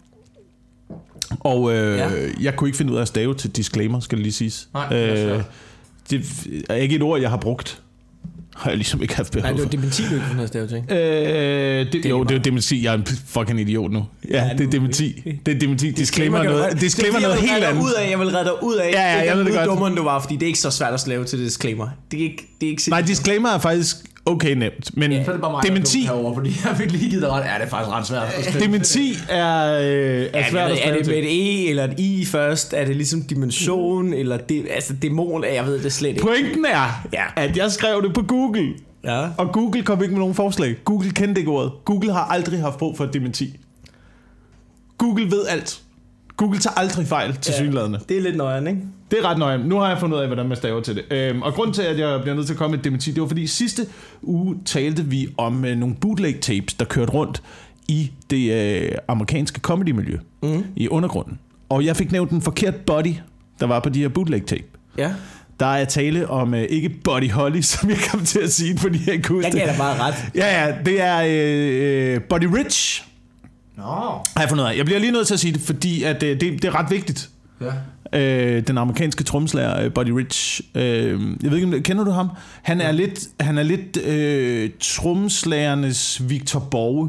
Og øh, ja. jeg kunne ikke finde ud af at stave til disclaimer, skal det lige siges. Nej, øh, det er ikke et ord, jeg har brugt. Har jeg ligesom ikke haft behov for. Nej, det var dementi, du ikke kunne have stavet til. Øh, det, det jo, det er jo dementi. Jeg er en fucking idiot nu. Ja, ja det er dementi. Det er dementi. Disclaimer noget, disclaimer noget helt andet. Ud af, jeg vil redde dig ud af. Ja, ja, jeg ved det godt. Dummere end du var, fordi det er ikke så svært at slave til disclaimer. Det er ikke, det er ikke Nej, disclaimer er faktisk okay nemt, men ja, dementi herovre, fordi jeg fik lige givet dig ret. Ja, det er faktisk ret svært. Dementi er, øh, er svært at Er det med et E eller et I først? Er det ligesom dimension mm. eller det, altså dæmon? Jeg ved det slet ikke. Pointen er, ja. at jeg skrev det på Google, ja. og Google kom ikke med nogen forslag. Google kendte ikke ordet. Google har aldrig haft brug for dementi. Google ved alt. Google tager aldrig fejl til ja, synlædende. Det er lidt nøjeren, ikke? Det er ret nøjeren. Nu har jeg fundet ud af, hvordan man staver til det. Øhm, og grunden til, at jeg bliver nødt til at komme med et dementi, det var fordi sidste uge talte vi om øh, nogle bootleg tapes, der kørte rundt i det øh, amerikanske comedy-miljø, mm. i undergrunden. Og jeg fik nævnt en forkert body, der var på de her bootleg tape. Ja. Der er tale om øh, ikke Buddy Holly, som jeg kom til at sige, fordi jeg ikke huske det. Jeg gav dig bare ret. Ja, ja, det er øh, Buddy Rich. Nå. Har jeg fundet ud af. Jeg bliver lige nødt til at sige det, fordi at, øh, det, det er ret vigtigt. Ja. Øh, den amerikanske trommeslager Buddy Rich. Øh, jeg ved ikke, kender du ham? Han er ja. lidt, han er lidt øh, trommeslagernes Victor Borge.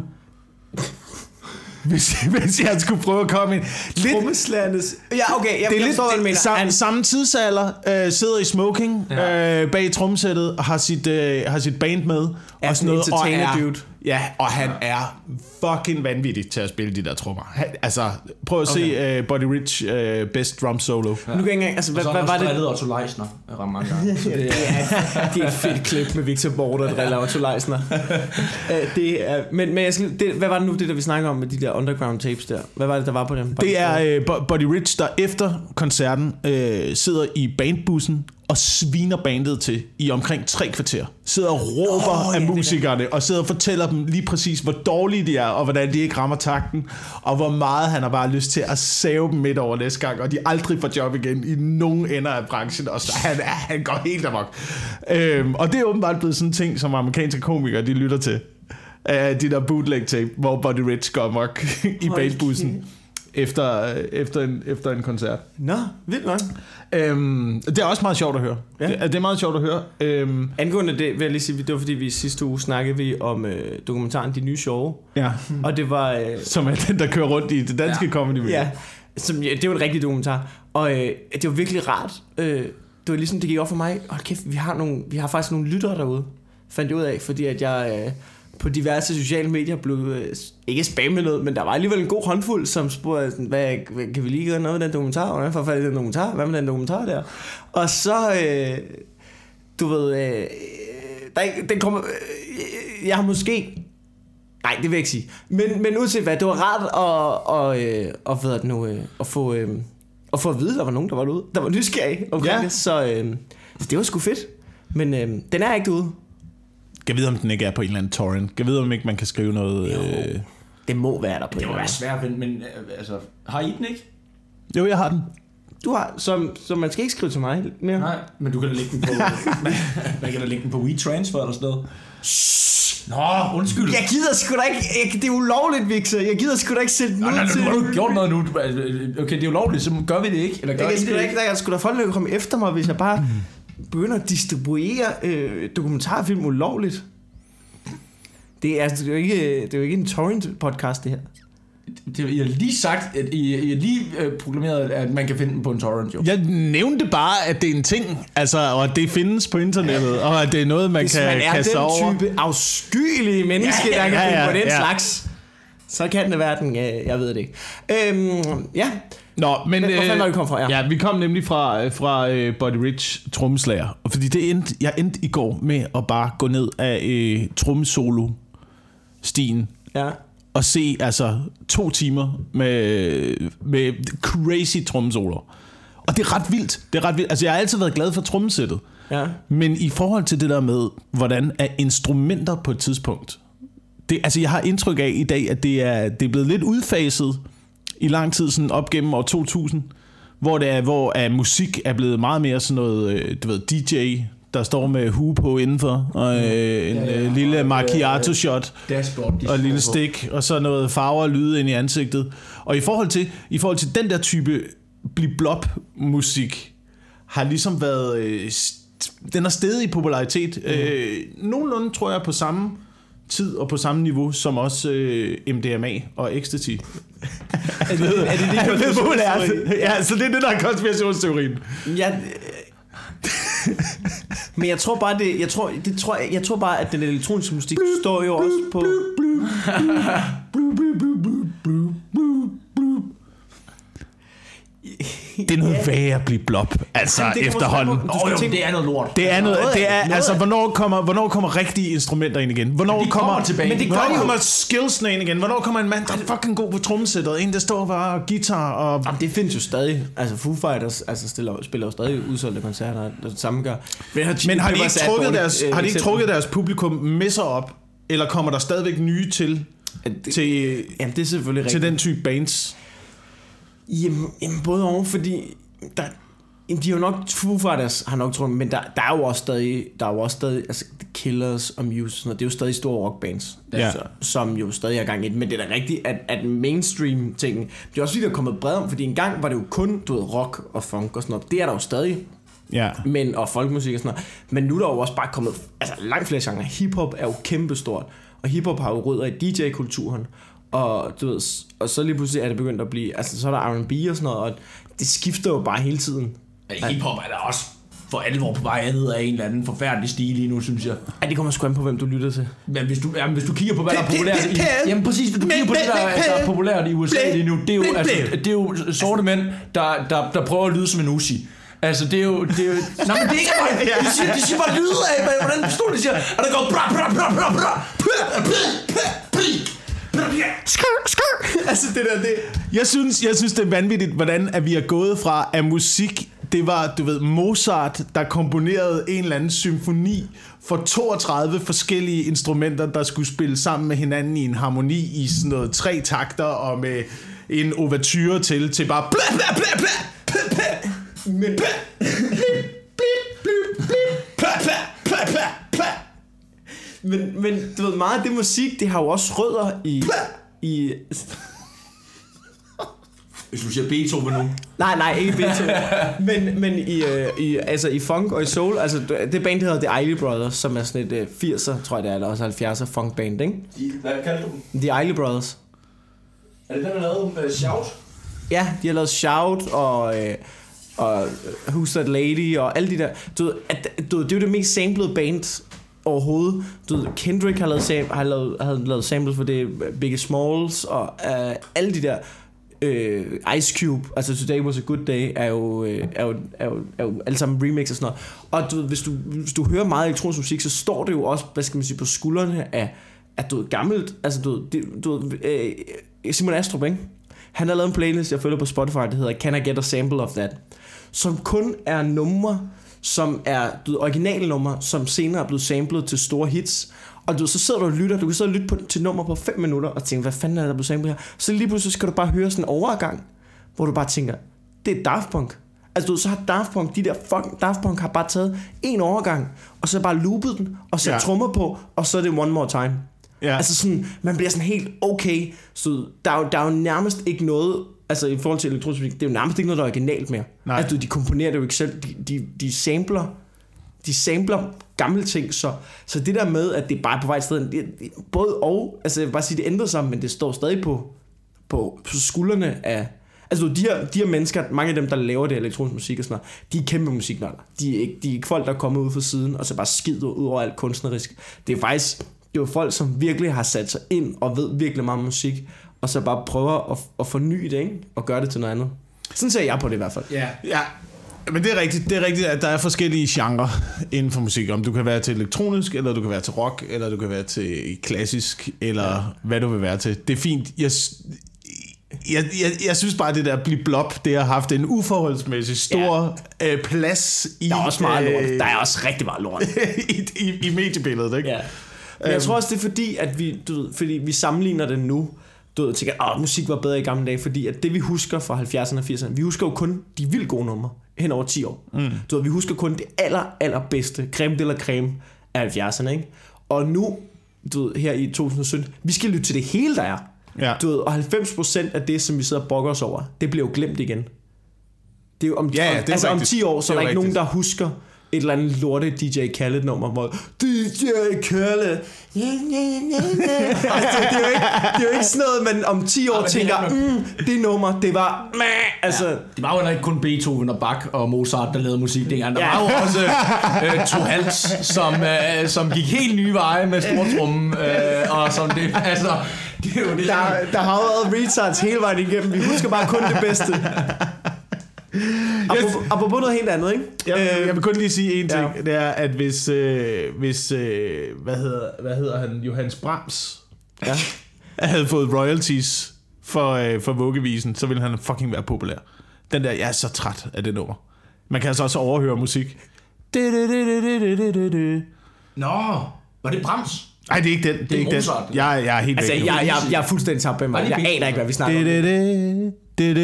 Hvis, hvis jeg skulle prøve at komme ind. Trommeslagernes. Ja, okay. Jeg, det er jeg lidt forstår, det, sam, han... samme tidsalder. Øh, sidder i smoking ja. øh, bag trommesættet og har sit øh, har sit band med er og sådan noget. Og er, dude. Ja, og han er fucking vanvittig til at spille de der trommer. Han, altså, prøv at okay. se uh, Buddy Rich uh, best drum solo. Ja. Nu kan jeg engang, altså, hvad, hvad var det? Og så Otto Leisner ret mange gange. det, det, er, det er et fedt klip med Victor Borge, der driller Otto Leisner. uh, det er, men men jeg skal, det, hvad var det nu, det der vi snakker om med de der underground tapes der? Hvad var det, der var på dem? Det er uh, Buddy Rich, der efter koncerten uh, sidder i bandbussen og sviner bandet til i omkring tre kvarter. Sidder og råber oh, af ja, musikerne, og sidder og fortæller dem lige præcis, hvor dårlige de er, og hvordan de ikke rammer takten, og hvor meget han har bare lyst til at save dem midt over næste gang, og de aldrig får job igen i nogen ender af branchen, og så han, han går helt amok. Øhm, og det er åbenbart blevet sådan en ting, som amerikanske komikere, de lytter til. Uh, de der bootleg tape, hvor Buddy Rich går amok i bandbussen. Efter, efter, en, efter en koncert. Nå, vildt nok. Øhm, det er også meget sjovt at høre. Ja. Det, det er meget sjovt at høre. Øhm, Angående det, vil jeg lige sige, det var fordi vi sidste uge snakkede vi om øh, dokumentaren De Nye Sjove. Ja. Og det var... Øh, som er den, der kører rundt i det danske ja. comedy. Ja. Som, ja, det var en rigtig dokumentar. Og øh, det var virkelig rart. Øh, det var ligesom, det gik op for mig. Hold kæft, vi har, nogle, vi har faktisk nogle lyttere derude. Fandt jeg ud af, fordi at jeg... Øh, på diverse sociale medier blev øh, ikke spammet noget, men der var alligevel en god håndfuld, som spurgte, sådan, hvad, kan vi lige gøre noget med den dokumentar? Hvordan får fat i den dokumentar? Hvad med den dokumentar der? Og så, øh, du ved, øh, der, den kommer, øh, jeg har måske, nej, det vil jeg ikke sige, men, men uanset hvad, det var rart at, og, øh, og, hvad det nu, øh, at få, øh, at få at vide, der var nogen, der var derude, der var nysgerrige omkring ja. det, så, øh, så det var sgu fedt, men øh, den er ikke derude. Jeg ved, om den ikke er på en eller anden torrent. Jeg ved, om ikke man kan skrive noget... Jo, øh... det må være der på. Det må være svært, men, men altså, har I den ikke? Jo, jeg har den. Du har, så, så man skal ikke skrive til mig mere. Nej, men du kan da lægge den på... man, man kan da lægge den på WeTransfer eller sådan noget. Nå, undskyld. Jeg gider sgu da ikke... Jeg, det er ulovligt, Victor. Jeg gider sgu da ikke sætte den ud nej, til... Nej, du har gjort noget nu. Okay, det er ulovligt, så gør vi det ikke. Eller gør jeg I det ikke? ikke? Der er sgu da folk, der komme efter mig, hvis jeg bare begynder at distribuere øh, dokumentarfilm ulovligt. Det er, altså, det, er jo ikke, det er jo ikke en torrent-podcast, det her. Det, I har lige sagt, at I, I har lige øh, proklameret, at man kan finde den på en torrent, jo. Jeg nævnte bare, at det er en ting, altså, og at det findes på internettet, og at det er noget, man Hvis kan man er kaste over. den type afskyelige menneske, ja, ja, der kan ja, finde ja, på den ja. slags, så kan det være den, jeg ved det ikke. Øhm, ja. Nå, men... Hvor fanden var vi kom fra? Ja. ja, vi kom nemlig fra, fra uh, Buddy Rich, trommeslager. Fordi det endte, jeg endte i går med at bare gå ned af uh, trommesolo-stien. Ja. Og se altså to timer med, med crazy trommesoloer. Og det er ret vildt. Det er ret vildt. Altså, jeg har altid været glad for trommesættet. Ja. Men i forhold til det der med, hvordan er instrumenter på et tidspunkt... Det, altså, jeg har indtryk af i dag, at det er, det er blevet lidt udfaset i lang tid, sådan op gennem år to tusind, hvor, det er, hvor er, musik er blevet meget mere sådan noget, du ved, D J, der står med hue på indenfor, og øh, en ja, ja, øh, lille og, macchiato-shot, dashboard, og en lille stik, og så noget farver og lyde ind i ansigtet. Og i forhold til, i forhold til den der type blip-blop-musik, har ligesom været... Øh, den har steget i popularitet. Mm. Øh, nogenlunde, tror jeg, på samme tid og på samme niveau som også øh, M D M A og ecstasy. er det, er det lige konspirationsteorien? Ja, så det er det, der er konspirationsteorien. Ja, men jeg tror bare det, jeg tror, det tror jeg, jeg tror bare at den elektroniske musik står jo også på. Det er noget værre at blive blop, altså efterhånden. Oh, jo, det er noget lort. Det er noget, det er altså hvornår kommer, hvornår kommer rigtige instrumenter ind igen? Hvornår de kommer, kommer tilbage. Men det hvornår kommer skillsene ind igen? Hvornår kommer en mand, der er fucking god på trommesættet? En der står bare og guitar og... Jamen, det findes jo stadig. Altså Foo Fighters altså stiller, spiller jo stadig udsolgte koncerter, det samme gør. Men har, Men har de ikke trukket deres, har de ikke trukket deres publikum med sig op? Eller kommer der stadigvæk nye til? Det, til jamen, det er selvfølgelig til rigtigt. den type bands? Jamen, jamen både over, fordi der, de er jo nok, Foo Fighters har nok troet, men der, der er jo også stadig, der er jo også stadig, altså The Killers og Muse, sådan noget, det er jo stadig store rockbands, ja. altså, som jo stadig er gang i det, men det er da rigtigt, at, at mainstream ting, det er også lige, der er kommet bredt om, fordi engang var det jo kun, du ved, rock og funk og sådan noget, det er der jo stadig, ja. men, og folkmusik og sådan noget, men nu er der jo også bare kommet, altså langt flere genrer, hiphop er jo kæmpestort, og hiphop har jo rødder i D J-kulturen, og du ved, og så lige pludselig er det begyndt at blive, altså så er der R and B og sådan noget, og det skifter jo bare hele tiden. Ja, hiphop er der også for alvor på vej ned af en eller anden forfærdelig stil lige nu, synes jeg. Ja, det kommer sgu an på, hvem du lytter til. Men hvis du, jamen, hvis du kigger på, hvad der er populært i... Jamen præcis, hvis du kigger på det, der er, der er populært i U S A lige nu, det er jo, altså, det er jo sorte mænd, der, der, der prøver at lyde som en Uzi. Altså, det er jo... Det er jo nej, men det er ikke bare... De siger, de siger bare lyde af, hvordan pistol de siger, og der går... Bra, bra, bra, bra, bra, Skr, skr. Altså det der, det... Jeg synes, jeg synes, det er vanvittigt, hvordan at vi er gået fra, at musik, det var, du ved, Mozart, der komponerede en eller anden symfoni for toogtredive forskellige instrumenter, der skulle spille sammen med hinanden i en harmoni i sådan noget tre takter og med en ouverture til, til bare bla bla bla bla bla bla med bla blip blip blip blip bla bla bla bla bla. Men, men du ved, meget af det musik, det har jo også rødder i... i hvis du siger Beethoven nu. Nej, nej, ikke Beethoven. men men i, øh, i, altså, i funk og i soul, altså det band, der hedder The Isley Brothers, som er sådan et øh, firser, tror jeg det er, eller også halvfjerdser funk band, ikke? De, hvad kalder du dem? The Isley Brothers. Er det den, der lavede med Shout? Ja, de har lavet Shout og... Øh, og Who's That Lady og alle de der... Du ved, at, du ved, det er jo det mest samplede band overhovedet. Du ved, Kendrick har lavet, sam- har lavet, har lavet samples for det, Biggie Smalls og uh, alle de der uh, Ice Cube, altså Today Was a Good Day er jo, uh, er jo, er jo, er jo alle sammen remix og sådan noget. Og du ved, hvis du, hvis du hører meget elektronisk musik, så står det jo også, hvad skal man sige, på skuldrene af, af du ved, gammelt, altså du ved, det, du ved uh, Simon Astrup, ikke? Han har lavet en playlist, jeg følger på Spotify, der hedder Can I Get a Sample of That, som kun er numre, som er du ved, originale numre, som senere er blevet samlet til store hits. Og du ved, så sidder du og lytter, du kan sidde og lytte på, til nummer på fem minutter, og tænke, hvad fanden er der blevet samlet her? Så lige pludselig skal du bare høre sådan en overgang, hvor du bare tænker, det er Daft Punk. Altså du ved, så har Daft Punk, de der fucking Daft Punk har bare taget en overgang, og så bare loopet den, og så ja. trommer på, og så er det One More Time. Ja. Altså sådan, man bliver sådan helt okay, så der er jo, der er jo nærmest ikke noget, altså i forhold til elektronisk musik, det er jo nærmest ikke noget, der er originalt mere. Nej. Altså de komponerer det jo ikke selv, de, de, de sampler, de sampler gamle ting, så, så det der med, at det er bare på vej et sted, det, det, både og, altså jeg vil bare sige, det ændrer sig, men det står stadig på, på, på skuldrene af, altså de her, de her mennesker, mange af dem, der laver det elektronisk musik og sådan noget, de er kæmpe musiknørder. De er ikke, de er ikke folk, der er kommet ud fra siden, og så bare skider ud over alt kunstnerisk. Det er faktisk, det er jo folk, som virkelig har sat sig ind, og ved virkelig meget om musik, og så bare prøver at, at forny det, ikke? Og gøre det til noget andet. Sådan ser jeg på det i hvert fald. Ja, ja. Men det er rigtigt, det er rigtigt, at der er forskellige genrer inden for musik. Om du kan være til elektronisk, eller du kan være til rock, eller du kan være til klassisk, eller ja. hvad du vil være til. Det er fint. Jeg, jeg, jeg, jeg synes bare, det der Blip Blop, det har haft en uforholdsmæssig stor ja. øh, plads i... Der er også meget lort. Der er også rigtig meget lort. i, i, i mediebilledet, ikke? Ja. Men jeg tror også, det er fordi, at vi, du ved, fordi vi sammenligner det nu. Du ved, tænker, at musik var bedre i gamle dage, fordi at det vi husker fra halvfjerdserne og firserne, vi husker jo kun de vildt gode numre hen over ti år. Mm. Du ved, vi husker kun det aller, aller bedste, creme de la creme af halvfjerdserne, ikke? Og nu, du ved, her i to tusind og sytten, vi skal lytte til det hele, der er. Ja. Du ved, og halvfems procent af det, som vi sidder og brokker os over, det bliver jo glemt igen. Det er jo om, ja, ja, om, altså om ti år, så er der ikke nogen, der husker et eller andet lorte D J Khaled nummer, hvor D J Khaled det, altså, det, er jo ikke, det er jo ikke sådan noget, man om ti år ja, tænker, mm, det nummer, det var mæh, altså. Ja, det var jo ikke kun Beethoven og Bach og Mozart, der lavede musik dengang. Der ja. var jo også øh, To Hals, som, øh, som gik helt nye veje med stortrummen, øh, og som det, altså, det er jo det. Der, der har jo været retards hele vejen igennem, vi husker bare kun det bedste. Apropos, apropos noget helt andet, ikke? Jeg, øh, jeg vil kun lige sige en ting. Ja. Det er, at hvis, øh, hvis øh, hvad, hedder, hvad hedder han, Johannes Brahms, ja. havde fået royalties for, øh, for vuggevisen, så ville han fucking være populær. Den der, jeg er så træt af det nummer. Man kan altså også overhøre musik. Nå, var det Brahms? Nej, det er ikke den. Det, det er ikke Mozart, den. Jeg, jeg er helt altså, væk. Jeg, jeg, jeg er fuldstændig tabt med mig. Jeg aner ikke, hvad vi snakker om. Er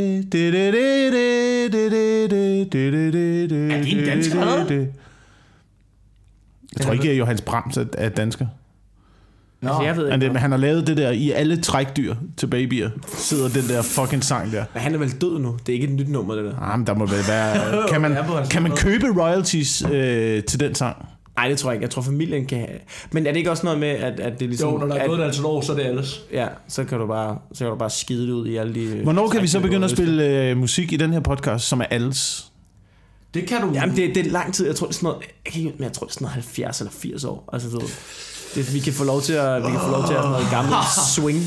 det en dansker eller? Jeg tror ikke, at Johannes Brahms er dansker. Nå. Altså, jeg ved ikke, han, han har lavet det der i alle trækdyr til babyer. Sidder den der fucking sang der. Men han er vel død nu. Det er ikke et nyt nummer, det der. Ah, men der må vel være... Kan man, kan man købe royalties øh, til den sang? Nej, det tror jeg ikke. Jeg tror, familien kan have. Men er det ikke også noget med, at, at det ligesom... Jo, når der er gået et antal år, så er det alles. Ja, så kan du bare, så kan du bare skide det ud i alle de... Hvornår kan vi så begynde at spille øh, musik i den her podcast, som er alles? Det kan du... Jamen, det, det er lang tid. Jeg tror, det er sådan noget... Jeg, kan ikke, men jeg tror, det er sådan noget halvfjerds eller firs år. Altså, du det, vi kan få lov til at vi kan få lov til at have noget gammelt swing.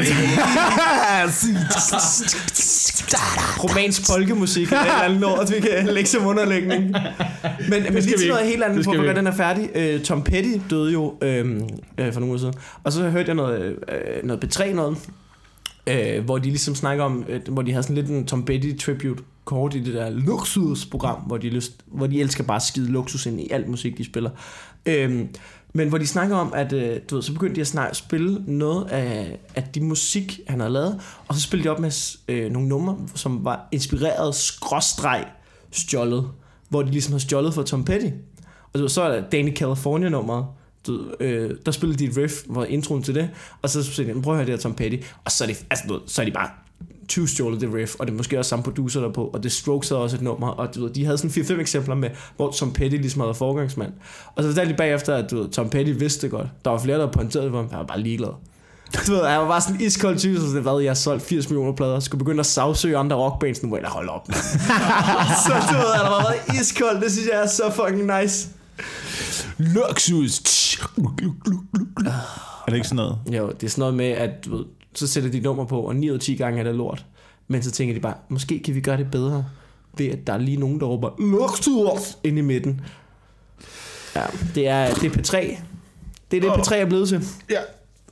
Romansk folkemusik eller et eller andet ord, vi kan lægge som underlægning. Men, men lige til noget helt andet, for at gøre den er færdig. Uh, Tom Petty døde jo øh, øh, for nogle uger siden. Og så hørte jeg noget, øh, noget B tre noget, øh, hvor de ligesom snakker om, øh, hvor de havde sådan lidt en Tom Petty tribute kort i det der luksusprogram, hvor de, lyst, hvor de elsker bare at skide luksus ind i alt musik, de spiller. Øh, Men hvor de snakker om, at øh, du ved, så begyndte de at snakke, spille noget af, af de musik, han havde lavet, og så spillede de op med øh, nogle numre, som var inspireret skråstreg stjålet, hvor de ligesom har stjålet fra Tom Petty. Og så er der Danny California-nummeret, du, øh, der spillede de et riff, hvor introen til det, og så sagde de, prøv at høre det her Tom Petty, og så er, det, altså, du, så er de bare tyve-stjålet det riff, og det er måske også samme producer der på, og The Strokes havde også et nummer, og du ved, de havde sådan fire fem eksempler med, hvor Tom Petty ligesom havde forgangsmand. Og så fortalte de bagefter, at du ved, Tom Petty vidste det godt. Der var flere, der pointerede for ham, han var bare ligeglad. Du ved, han var bare sådan en iskold type, så hvad, jeg har solgt firs millioner plader, skulle begynde at sagsøge andre rockbands, nu må jeg holde op. Så du ved, han var bare iskold, det synes jeg er så fucking nice. Luxus. Er det ikke sådan noget? Jo, det er sådan noget med, at du ved, så sætter de nummer på, og ni ud af ti gange er det lort. Men så tænker de bare, måske kan vi gøre det bedre, ved at der er lige nogen, der råber Luxus inde i midten. Ja, det er, det er P tre. Det er det, P tre er blevet til. Ja.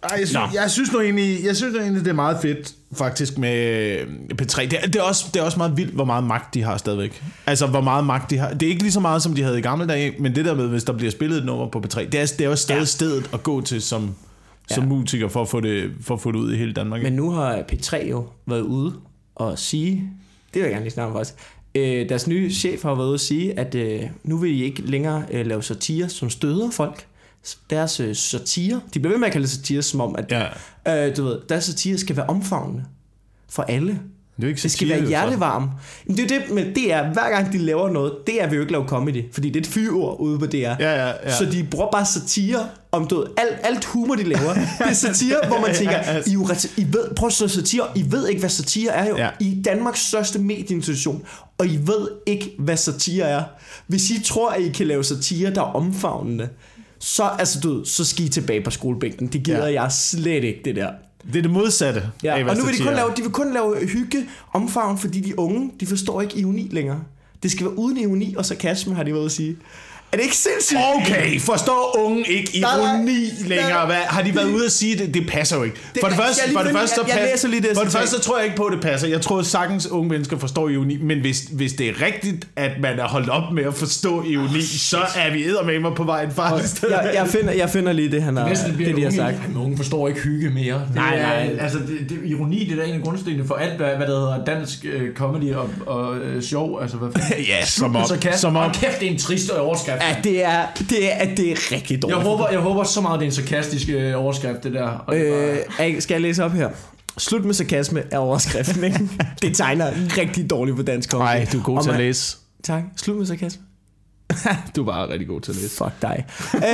ej, jeg, synes, jeg synes nu egentlig, jeg synes nu egentlig, det er meget fedt, faktisk, med P tre. Det er, det, er også, det er også meget vildt, hvor meget magt de har stadigvæk. Altså, hvor meget magt de har. Det er ikke lige så meget, som de havde i gamle dage, men det der med, hvis der bliver spillet et nummer på P tre, det er, det er jo stadig ja. stedet at gå til som, ja. som musiker, for at, få det, for at få det ud i hele Danmark. Men nu har P tre jo været ude og sige, det vil jeg gerne lige snakke om faktisk, øh, deres nye chef har været ude og sige, at øh, nu vil I ikke længere øh, lave satire, som støder folk. Deres øh, satire, de bliver ved med at kalde det satire, som om, at ja. øh, du ved, deres satire skal være omfavnende for alle. Det, ikke det skal være hjertevarm. Men det er det, men det er, hver gang de laver noget, det er vi jo ikke lave comedy, fordi det er et fyreord ude på D R. Ja, ja, ja. Så de bruger bare satire om du ved, alt, alt humor, de laver. Det er satire, hvor man tænker, I, jo, I ved, prøv at slå satire, I ved ikke, hvad satire er jo. Ja. I Danmarks største medieinstitution, og I ved ikke, hvad satire er. Hvis I tror, at I kan lave satire, der er omfavnende, så, altså, du, så skal I tilbage på skolebænken. Det gider ja. jeg slet ikke, det der. Det er det modsatte. Ja, af, og nu vil de kun lave, de vil kun lave hygge, omfavn, fordi de unge, de forstår ikke ironi længere. Det skal være uden ironi og sarkasme, har de været at sige. Er det ikke sindssygt? Okay, forstår unge ikke ironi længere? Hvad, har de været ude at sige det? Det passer jo ikke. For det første, for det første, jeg, jeg læser lige det. For det første, så tror jeg ikke på, at det passer. Jeg tror, at sagtens unge mennesker forstår ironi. Men hvis, hvis det er rigtigt, at man er holdt op med at forstå ironi, oh, så er vi eddermame på vejen faktisk. Jeg, jeg, finder, jeg finder lige det, han har, det, det, det de har sagt. Ja, unge forstår ikke hygge mere. Det nej, nej. Er, altså, det, det, ironi, det er da en af grundstenene for alt, hvad, hvad der hedder dansk uh, comedy og, og uh, sjov. Altså, hvad ja, som om. Som om. Kæft, det er en trist overskrift. Ja, det er... Det er, at det er rigtig dårligt. Jeg håber, jeg håber så meget, det er en sarkastisk øh, overskrift, det der. Og det øh, bare... Skal jeg læse op her? Slut med sarkasme er overskriften, ikke? Det tegner rigtig dårligt på dansk. Nej, du er god til at læse. Tak. Slut med sarkasme. Du er bare rigtig god til at læse. Fuck dig.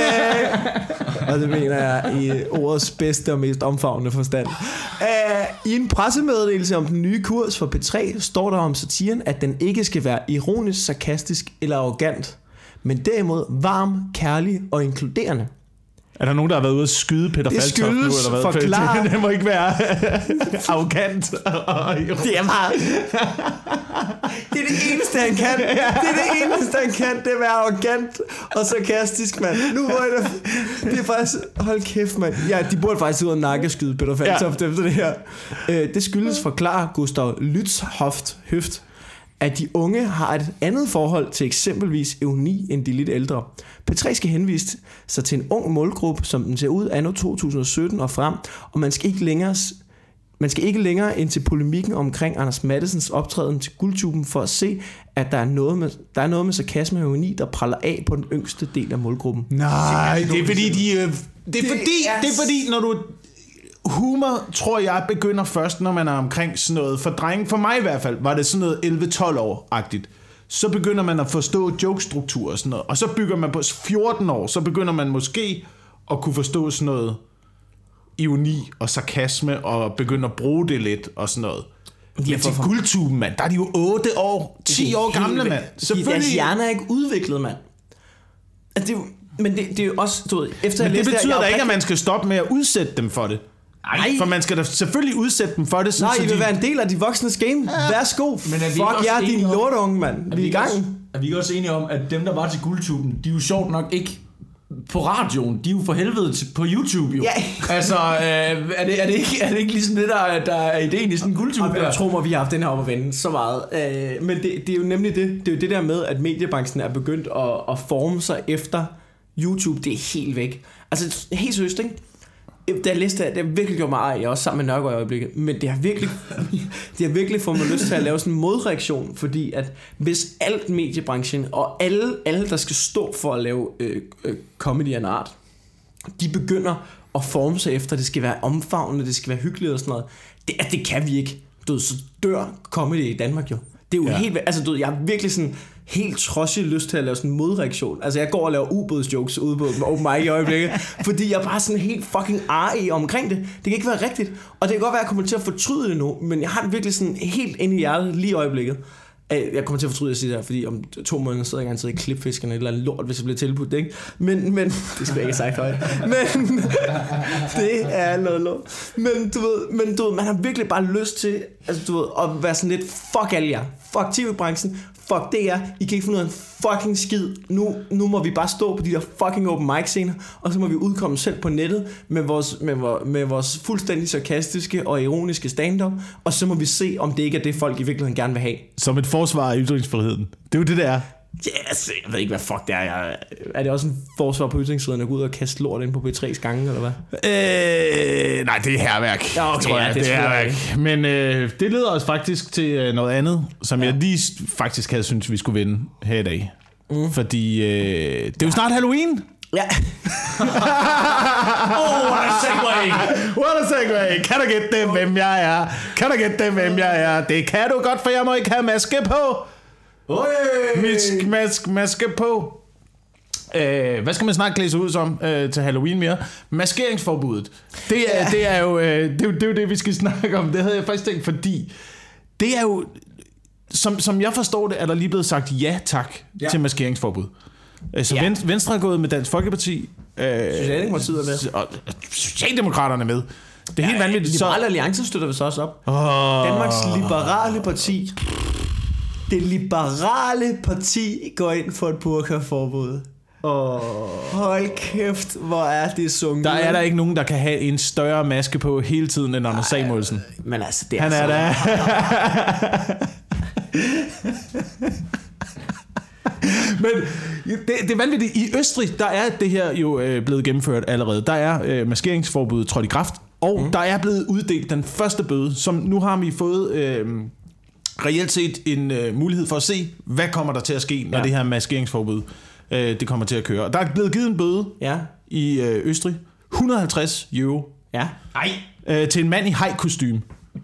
øh, og det mener jeg i ordets bedste og mest omfavnende forstand. Øh, I en pressemeddelelse om den nye kurs for P tre står der om satiren, at den ikke skal være ironisk, sarkastisk eller arrogant, men derimod varm, kærlig og inkluderende. Er der nogen, der har været ude at skyde Peter Falktoft nu, eller hvad? Forklare. Det må ikke være arrogant. Det er meget... Det er det eneste, han kan. Det er det eneste, han kan. Det er være arrogant og sarkastisk, mand. Nu må jeg da... Det er faktisk... Hold kæft, mand. Ja, de burde faktisk ud og nakkeskyde Peter Falktoft ja. efter det her. Det skyldes, forklare Gustav Lützhoft Høft, at de unge har et andet forhold til eksempelvis ironi end de lidt ældre. P tre skal henvise sig til en ung målgruppe, som den ser ud anno to tusind og sytten og frem, og man skal ikke længere, man skal ikke længere ind til polemikken omkring Anders Mattesens optræden til Guldtuben for at se, at der er noget med, der er noget med sarkasme og ironi, der praller af på den yngste del af målgruppen. Nej, det er fordi, de, det er det fordi, er... det er fordi, når du... Humor, tror jeg, begynder først, når man er omkring sådan noget. For drenge, for mig i hvert fald, var det sådan noget elleve tolv år-agtigt. Så begynder man at forstå jokestruktur og sådan noget. Og så bygger man på fjorten år, så begynder man måske at kunne forstå sådan noget ironi og sarkasme, og begynde at bruge det lidt og sådan noget. Men til Guldtuben, mand, der er de jo otte år, ti år gamle, mand. Selvfølgelig. Deres hjerne er ikke udviklet, mand. Altså, det er, men det, det er jo også, du ved, efter men jeg det betyder der, da ikke, at man skal stoppe med at udsætte dem for det. Nej. For man skal da selvfølgelig udsætte dem for det. Nej, I vil de... være en del af de voksnes game. Ja. Værsgo. Men er fuck jer, din lortunge, mand. Vi er i gang. Også, er vi ikke også enige om, at dem, der var til Guldtuben, de er jo sjovt nok ikke på radioen. De er jo for helvede til, på YouTube, jo. Ja. Altså, øh, er, det, er, det ikke, er det ikke ligesom det, der, der er ideen i sådan en Guldtube? Jeg tror mig, vi har haft den her op at vende så meget. Øh, men det, det er jo nemlig det. Det er jo det der med, at mediebranchen er begyndt at, at forme sig efter YouTube. Det er helt væk. Altså, helt seriøst, ikke? Da jeg læste det, det har virkelig gjort mig ej. Jeg er også sammen med Nørgaard i øjeblikket. Men det har virkelig, det har virkelig fået mig lyst til at lave sådan en modreaktion. Fordi at hvis alt mediebranchen og alle, alle der skal stå for at lave øh, øh, comedy af en art, de begynder at forme sig efter, det skal være omfavnende, det skal være hyggeligt og sådan noget. Det, det kan vi ikke. Du ved, så dør comedy i Danmark jo. Det er jo ja. helt... Altså, du ved, jeg har virkelig sådan helt trodsig lyst til at lave sådan en modreaktion. Altså, jeg går og laver ubådsjokes ude på open mic i øjeblikket, fordi jeg er bare sådan helt fucking arg omkring det. Det kan ikke være rigtigt. Og det kan godt være, at jeg kommer til at fortryde det nu, men jeg har det virkelig sådan helt inde i hjertet lige i øjeblikket. Jeg kommer til at fortryde at sige det her, fordi om to måneder sidder jeg gerne sidder i klipfiskerne eller andet lort, hvis jeg bliver tilbudt det, ikke? Men, men, det skal jeg ikke sagt højt. Men, det er noget lort. Men du ved, men du ved, man har virkelig bare lyst til, altså du ved, at være sådan lidt, fuck alle jer. Fuck T V-branchen, fuck det er, I kan ikke finde ud af en fucking skid. Nu, nu må vi bare stå på de der fucking open mic scener, og så må vi udkomme selv på nettet med vores, med, vores, med vores fuldstændig sarkastiske og ironiske stand-up, og så må vi se, om det ikke er det, folk i virkeligheden gerne vil have. Som et forsvar af ytringsfriheden. Det er jo det, der er. Yes, jeg ved ikke, hvad fuck det er. Jeg, er det også en forsvar på ytringsfriheden at gå ud og kaste lort ind på B tre's gange, eller hvad? Øh, nej, det er herværk, ja, okay, tror jeg. Ja, det, det er herværk. Men øh, det leder os faktisk til øh, noget andet, som ja. jeg lige faktisk havde syntes, vi skulle vinde her i dag. Mm. Fordi øh, det er jo snart Halloween. Ja. Oh, what a segue! What a segue! Kan du gætte det, hvem jeg er? Kan du gætte det, hvem jeg er? Det kan du godt, for jeg må ikke have maske på. Misk, mask, maske på. Øh, hvad skal man snart klæde sig ud som øh, til Halloween mere? Maskeringsforbuddet. Det er, ja. det, er jo, øh, det, er jo, det er jo det, vi skal snakke om. Det havde jeg faktisk tænkt, fordi det er jo, som, som jeg forstår det, er der lige blevet sagt ja tak ja. til maskeringsforbud. Så ja. Venstre er gået med Dansk Folkeparti. Øh, Socialdemokratiet er med. Og Socialdemokraterne er med. Det er ja, helt vanvittigt. Liberale Alliance støtter vi så også op. Oh. Danmarks Liberale Parti. Det liberale parti går ind for et burkaforbud. Oh. Hold kæft, hvor er det sunget. Der er der ikke nogen, der kan have en større maske på hele tiden end Anders Samuelsen. Men altså, det er Han er så... der. Men det, det er vanvittigt. I Østrig, der er det her jo øh, blevet gennemført allerede. Der er øh, maskeringsforbuddet trådt i kraft, og mm. der er blevet uddelt den første bøde, som nu har vi fået... Øh, reelt set en øh, mulighed for at se, hvad kommer der til at ske, når ja. det her maskeringsforbud øh, det kommer til at køre. Og der er blevet givet en bøde ja. i øh, Østrig. et hundrede og halvtreds euro. Ja. Ej. Øh, til en mand i haj-kostume.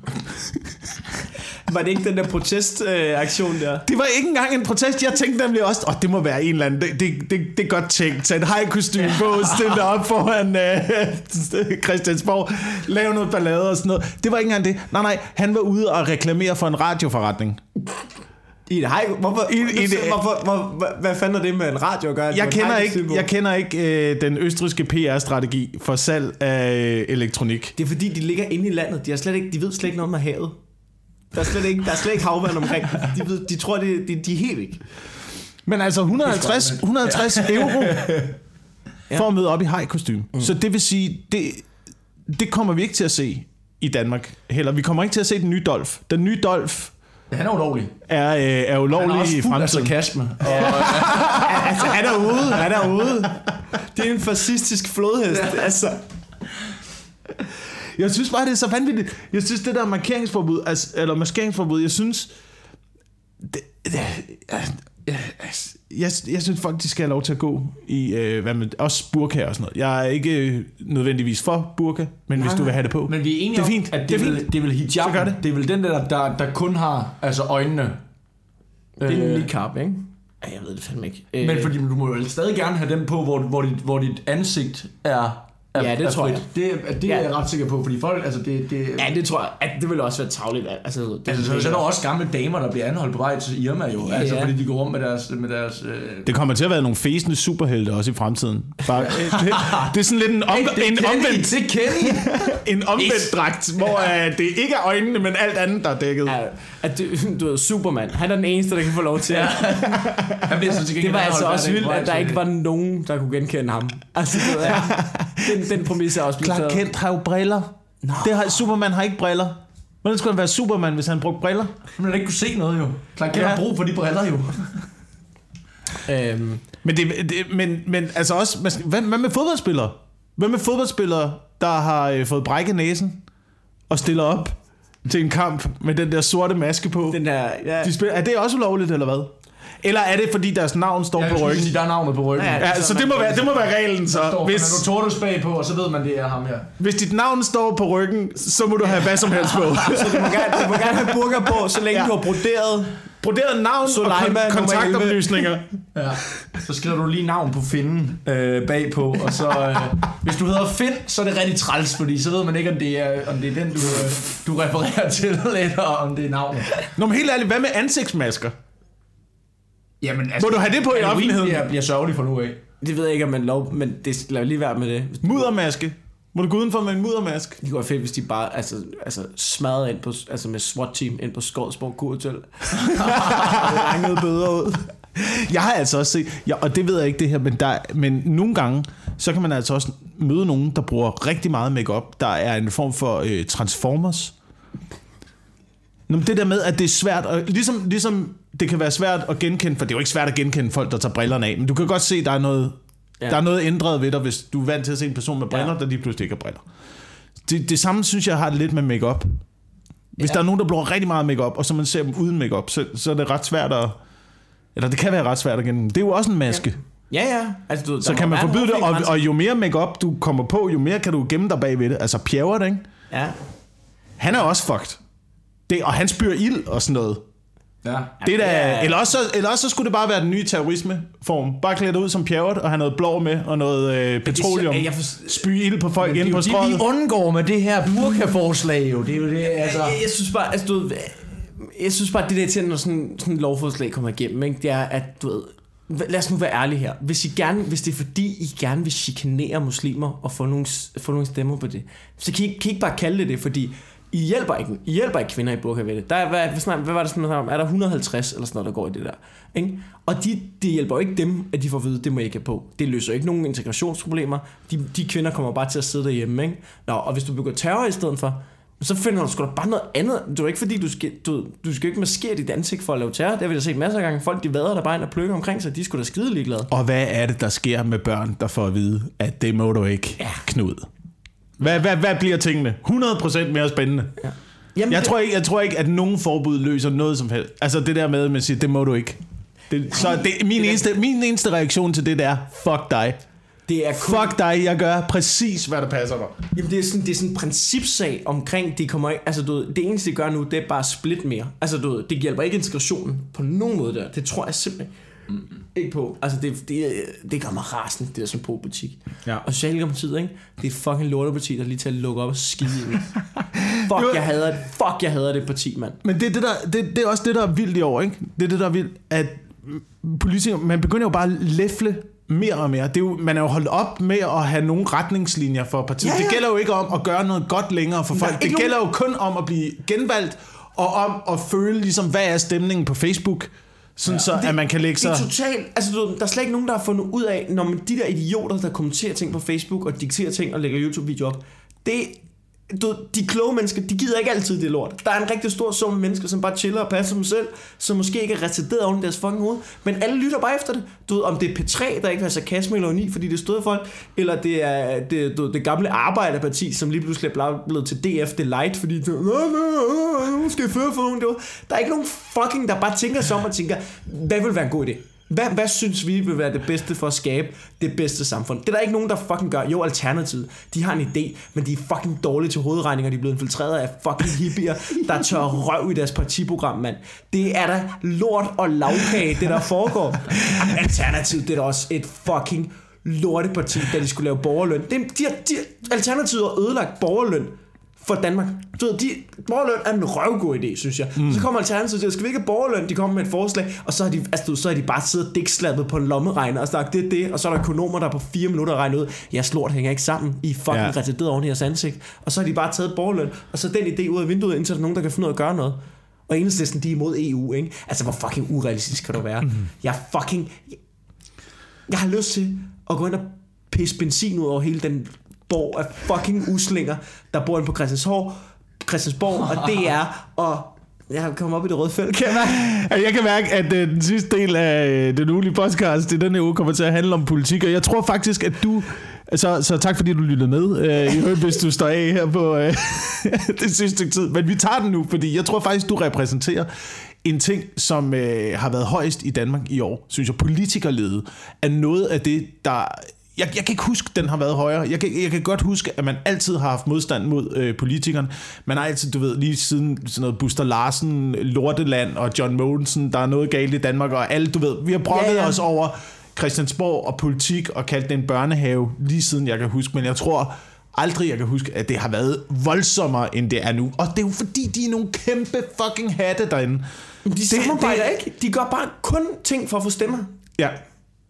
Var det ikke den der protestaktion øh, der? Det var ikke engang en protest. Jeg tænkte nemlig også, åh, oh, det må være en eller anden. Det, det, det, det er godt tænkt. Tag et haj-kostume på og stille op foran øh, Christiansborg. Lave noget ballade og sådan noget. Det var ikke engang det. Nej, nej. Han var ude og reklamere for en radioforretning. I et hej? Hvorfor? I, i det, hvorfor hvor, hvad fanden er det med en radio at gøre? Jeg kender ikke, jeg kender ikke øh, den østrigske P R-strategi for salg af øh, elektronik. Det er fordi, de ligger inde i landet. De, har slet ikke, de ved slet ikke noget om havet. Der er slet ikke, der er slet ikke havvand omkring. De, ved, de tror, de, de, de er helt væk. Men altså et hundrede og halvtreds euro for at møde op i haj-kostume. Mm. Så det vil sige, det, det kommer vi ikke til at se i Danmark heller. Vi kommer ikke til at se den nye Dolph. Den nye Dolph Ja, han er ulovlig. Er, øh, er ulovlig i fremtiden. Han er også fuld af sarkasme. Altså, han er ude. Han er ude. Det er en fascistisk flodhest. Altså. Jeg synes bare, det er så vanvittigt. Jeg synes, det der markeringsforbud, altså, eller maskeringsforbud, jeg synes... Det, det, jeg, jeg, jeg synes folk, de skal have lov til at gå i, øh, hvad med, også burka og sådan noget. Jeg er ikke øh, nødvendigvis for burka, men nej, hvis du vil have det på, men vi er enige det er fint. Om, at det, det, er vil, det er vel hijab. Det. det er vel den der, der, der kun har altså øjnene. Det er en niqab, ikke? Jeg ved det fandme ikke. Men fordi du må jo stadig gerne have dem på, hvor, hvor, dit, hvor dit ansigt er... Ja, det tror jeg. Det, det ja. er jeg ret sikker på, fordi folk, altså det... det ja, det tror jeg, at det vil også være tarveligt. Altså, det, altså så, så er der også gamle damer, der bliver anholdt på vej til Irma jo, ja, altså fordi de går rundt med deres... Med deres øh... Det kommer til at være nogle fæsende superhelte også i fremtiden. Bare, det, det er sådan lidt en, om, hey, en omvendt... Det Kenny! en omvendt dragt, hvor ja. uh, det ikke er øjnene, men alt andet, der er dækket. Ja, at du, du ved, Superman, han er den eneste, der kan få lov til. Ja. Det var altså også vildt, at der ikke var nogen, der kunne genkende ham. Altså, det er... Den, den præmis er også blevet Clark Kent har jo briller. No. Det har, Superman har ikke briller. Hvordan skulle han være Superman, hvis han brugte briller? Men han ikke kunne se noget jo. Clark Kent ja. har brug for de briller jo. øhm. Men, det, det, men, men altså også, hvad, hvad med fodboldspillere? Hvad med fodboldspillere, der har øh, fået brækket næsen og stiller op til en kamp med den der sorte maske på? Den der, ja. De spiller, er det også ulovligt, eller hvad? Eller er det fordi deres navn står ja, på ryggen? Sige, der er navnet på ryggen. Ja, ja, ja, så det må være det må være reglen så. Står, hvis du Tortus bag på, og så ved man det er ham her. Hvis dit navn står på ryggen, så må du have hvad som helst på. Så du må gerne, du må gerne have burger på, så længe ja. du har broderet broderet navn Soleima, og kon- kontaktoplysninger. Ja. Så skriver du lige navn på Finden øh, bagpå, og så øh, hvis du hedder Finn, så er det rigtig træls, fordi så ved man ikke om det er om det er den du øh, du refererer til eller om det er navnet. Nå, men helt ærligt, hvad med ansigtsmasker? Jamen, altså, må du have det på i offentligheden? Jeg bliver sørgelig for nu af. Det ved jeg ikke, om man lov, men det lader lige være med det. Muddermaske. Må du gå udenfor med en muddermask? Det kunne være fedt, hvis de bare altså, altså smadrede ind på, altså med SWAT-team ind på Skodsborg Kurhotel. Og det rangede bedre ud. Jeg har altså også set, ja, og det ved jeg ikke det her, men, der, men nogle gange, så kan man altså også møde nogen, der bruger rigtig meget makeup. Der er en form for øh, Transformers. Nå, det der med, at det er svært, og ligesom, ligesom det kan være svært at genkende, for det er jo ikke svært at genkende folk, der tager brillerne af, men du kan godt se, der er noget, ja. der er noget ændret ved dig, hvis du er vant til at se en person med briller, ja. der lige pludselig ikke har briller. Det, det samme synes jeg har det lidt med makeup. Hvis ja. der er nogen, der bruger rigtig meget makeup, og så man ser dem uden makeup, så, så er det ret svært at... Eller det kan være ret svært at genkende. Det er jo også en maske. Ja, ja. ja. Altså, du, så kan man forbyde det, og, og jo mere makeup du kommer på, jo mere kan du gemme dig bagved det. Altså Pjerrot, ikke? Ja. Han er også fucked. Det, og han spyrer ild og sådan noget. Ja. Det der, ja. eller, også, eller også så skulle det bare være den nye terrorismeform. Bare klæde ud som Pjerrot og have noget blå med og noget øh, petroleum. Det, jeg for... Spy ild på folk inde på strøget. Det vi undgår med det her burka-forslag jo. Det er jo det, altså. Jeg, jeg synes bare, altså du jeg synes bare det der til når sådan sådan et lovforslag kommer igennem, ikke? Det er at du ved, lad os nu være ærlige her. Hvis I gerne, hvis det er fordi I gerne vil chikanere muslimer og få nogle få nogle stemmer på det, så kan I, kan I ikke bare kalde det det, fordi I hjælper ikke, I hjælper ikke kvinder i burka ved det. Der er, hvad, hvad, hvad var det sådan noget, er der et hundrede og halvtreds eller sådan noget, der går i det der, ikke? Og de, det hjælper ikke dem, at de får at vide, det må I ikke have på. Det løser ikke nogen integrationsproblemer. De, de kvinder kommer bare til at sidde derhjemme, ikke? Nå, og hvis du begår terror i stedet for, så finder du sgu da bare noget andet. Det er ikke fordi, du skal, du, du skal ikke maskere dit ansigt for at lave terror. Det har vi da set masser af gange. Folk, de vader der bare ind og plukker omkring sig. De er sgu da skide ligeglade. Og hvad er det, der sker med børn, der får at vide, at det må du ikke, ja. Knud? Hvad, hvad, hvad bliver tingene? hundrede procent mere spændende. Ja. Jamen, jeg, det... tror ikke, jeg tror ikke, at nogen forbud løser noget som helst. Altså det der med, at man siger, det må du ikke. Det, så det, min, eneste, min eneste reaktion til det, der er, fuck dig. Det er kun... Fuck dig, jeg gør præcis, hvad der passer mig. Jamen, det er sådan, det er sådan en principsag omkring, det kommer ikke, altså du ved, det eneste, det gør nu, det er bare split mere. Altså du ved, det hjælper ikke integrationen på nogen måde der. Det tror jeg simpelthen mm. ikke på. Altså det, det, det gør mig rasende, det der symbolpolitik. Ja. Og Socialdemokratiet, ikke? Det er fucking lorteparti, der lige til at lukke op og skide i. Fuck, jeg hader det. Fuck, jeg hader det parti, mand. Men det er, det, der, det, det er også det, der er vildt i år, ikke? Det er det, der er vildt, at politikere, man begynder jo bare at læfle mere og mere. Det er jo, man er jo holdt op med at have nogle retningslinjer for partiet. Ja, ja. Det gælder jo ikke om at gøre noget godt længere for folk. Nej, det gælder jo kun om at blive genvalgt, og om at føle ligesom, hvad er stemningen på Facebook, sådan ja. Så det, at man kan lægge sig... Det er totalt... Altså, der er slet ikke nogen, der har fundet ud af, når man, de der idioter, der kommenterer ting på Facebook, og dikterer ting og lægger YouTube-videoer op, det... Du, de kloge mennesker, de gider ikke altid det lort. Der er en rigtig stor sum af mennesker, som bare chiller og passer dem selv, som måske ikke er retarderet oven i deres fucking hoved, men alle lytter bare efter det. Du ved, om det er P tre, der ikke har sarkasme eller ironi, fordi det stod folk, eller det er det, du, det gamle Arbejderparti, som lige pludselig er blevet til D F Delight, fordi det nu skal jeg føre for nogen. Der er ikke nogen fucking, der bare tænker sig om og tænker, hvad vil være en god idé? Hvad, hvad synes vi vil være det bedste for at skabe det bedste samfund? Det er der ikke nogen, der fucking gør. Jo, Alternativet, de har en idé, men de er fucking dårlige til hovedregninger. De er blevet infiltreret af fucking hippier, der tør røv i deres partiprogram, mand. Det er da lort og lavkage, det der foregår. Alternativet, det er da også et fucking lorteparti, da de skulle lave borgerløn. De, de, de, Alternativet har ødelagt borgerløn for Danmark. Du ved, de, borgerløn er en røvgod idé, synes jeg. Mm. Så kommer Alternativet til, skal vi ikke have borgerløn? De kommer med et forslag, og så har de, altså, så har de bare siddet dækslappet på en lommeregner og sagt, det er det, og så er der økonomer, der på fire minutter regner ud, jeres lort hænger ikke sammen, I fucking ja. Retarderet oven i jeres ansigt. Og så har de bare taget borgerløn, og så den idé ud af vinduet, indtil der er nogen, der kan finde ud af at gøre noget. Og Enhedslisten, de er imod E U, ikke? Altså, hvor fucking urealistisk kan du være? Mm. Jeg er fucking... Jeg, jeg har lyst til at gå ind og pisse benzin ud over hele den... borg af fucking uslinger, der bor inde på Christiansborg, Christiansborg og det er, og jeg har kommet op i det røde felt, kan jeg mærke? Jeg kan mærke, at uh, den sidste del af uh, den ugelige podcast i denne uge kommer til at handle om politik, og jeg tror faktisk, at du, så, så tak fordi du lyttede med, uh, i højt, hvis du står af her på uh, det sidste tid, men vi tager den nu, fordi jeg tror faktisk, du repræsenterer en ting, som øh, har været højst i Danmark i år, synes jeg, politikerledet, er noget af det, der... Jeg, jeg kan ikke huske, at den har været højere. Jeg kan, jeg kan godt huske, at man altid har haft modstand mod øh, politikerne. Man har altid, du ved, lige siden sådan noget Buster Larsen, Lorteland og John Mogensen, der er noget galt i Danmark, og alle, du ved, vi har brokket ja, ja. os over Christiansborg og politik og kaldt det en børnehave, lige siden jeg kan huske. Men jeg tror aldrig, jeg kan huske, at det har været voldsommere, end det er nu. Og det er jo fordi, de er nogle kæmpe fucking hatte derinde. De samarbejder ikke. De gør bare kun ting for at få stemmer. Ja.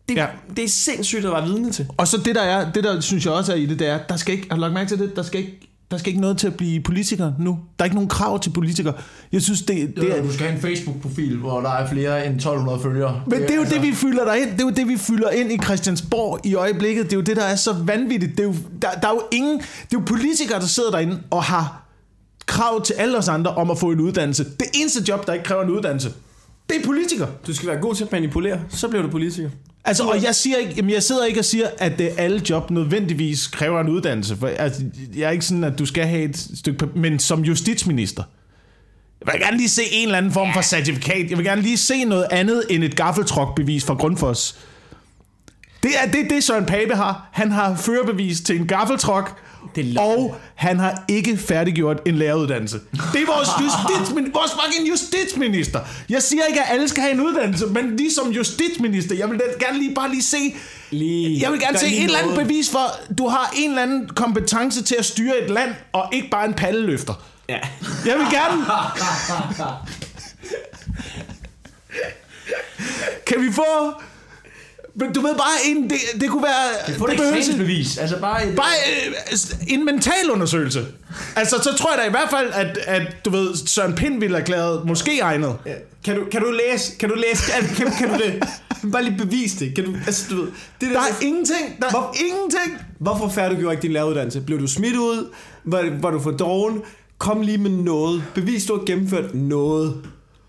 Det, ja. det er sindssygt at være vidne til. Og så det der er, det der synes jeg også er i det, det er, der skal ikke, har du lagt mærke til det, der skal ikke, der skal ikke noget til at blive politiker nu. Der er ikke nogen krav til politikere. Jeg synes, det, det jo, er... Du skal have en Facebook-profil, hvor der er flere end tolv hundrede følgere. Men det er jo altså... det, vi fylder der ind. Det er jo det, vi fylder ind i Christiansborg i øjeblikket. Det er jo det, der er så vanvittigt. Det er jo, der, der er jo ingen... Det er jo politikere, der sidder derinde og har krav til alle os andre om at få en uddannelse. Det eneste job, der ikke kræver en uddannelse, det er politiker. Du skal være god til at manipulere, så bliver du politiker. Altså, og jeg siger ikke, jamen jeg sidder ikke og siger, at det alle job nødvendigvis kræver en uddannelse. For altså, jeg er ikke sådan, at du skal have et stykke papir, men som justitsminister, jeg vil gerne lige se en eller anden form for certifikat. Jeg vil gerne lige se noget andet end et gaffeltrukbevis fra Grundfos. Det er det, det Søren Pape har. Han har førerbevis til en gaffeltruk, og han har ikke færdiggjort en læreruddannelse. Det er vores, justitsmin- vores fucking justitsminister. Jeg siger ikke, at alle skal have en uddannelse, men lige som justitsminister, jeg vil gerne lige bare lige se, lige, jeg vil gerne se et eller andet bevis for, du har en eller anden kompetence til at styre et land, og ikke bare en palleløfter. Ja. Jeg vil gerne... Kan vi få... Men du ved bare en, det, det kunne være... Det får et eksamensbevis. Altså bare... Et, bare øh, en mentalundersøgelse. Altså, så tror jeg da i hvert fald, at, at du ved, Søren Pind ville erklæret måske egnet. Ja. Kan du, kan du læse? Kan du læse? Kan, kan du det? Bare lige bevise det. Kan du, altså, du ved, det der, der er ingenting. Der hvor, er ingenting. Hvorfor færdiggjorde ikke din læreruddannelse? Blev du smidt ud? Var, var du for doven? Kom lige med noget. Bevis, du har gennemført noget.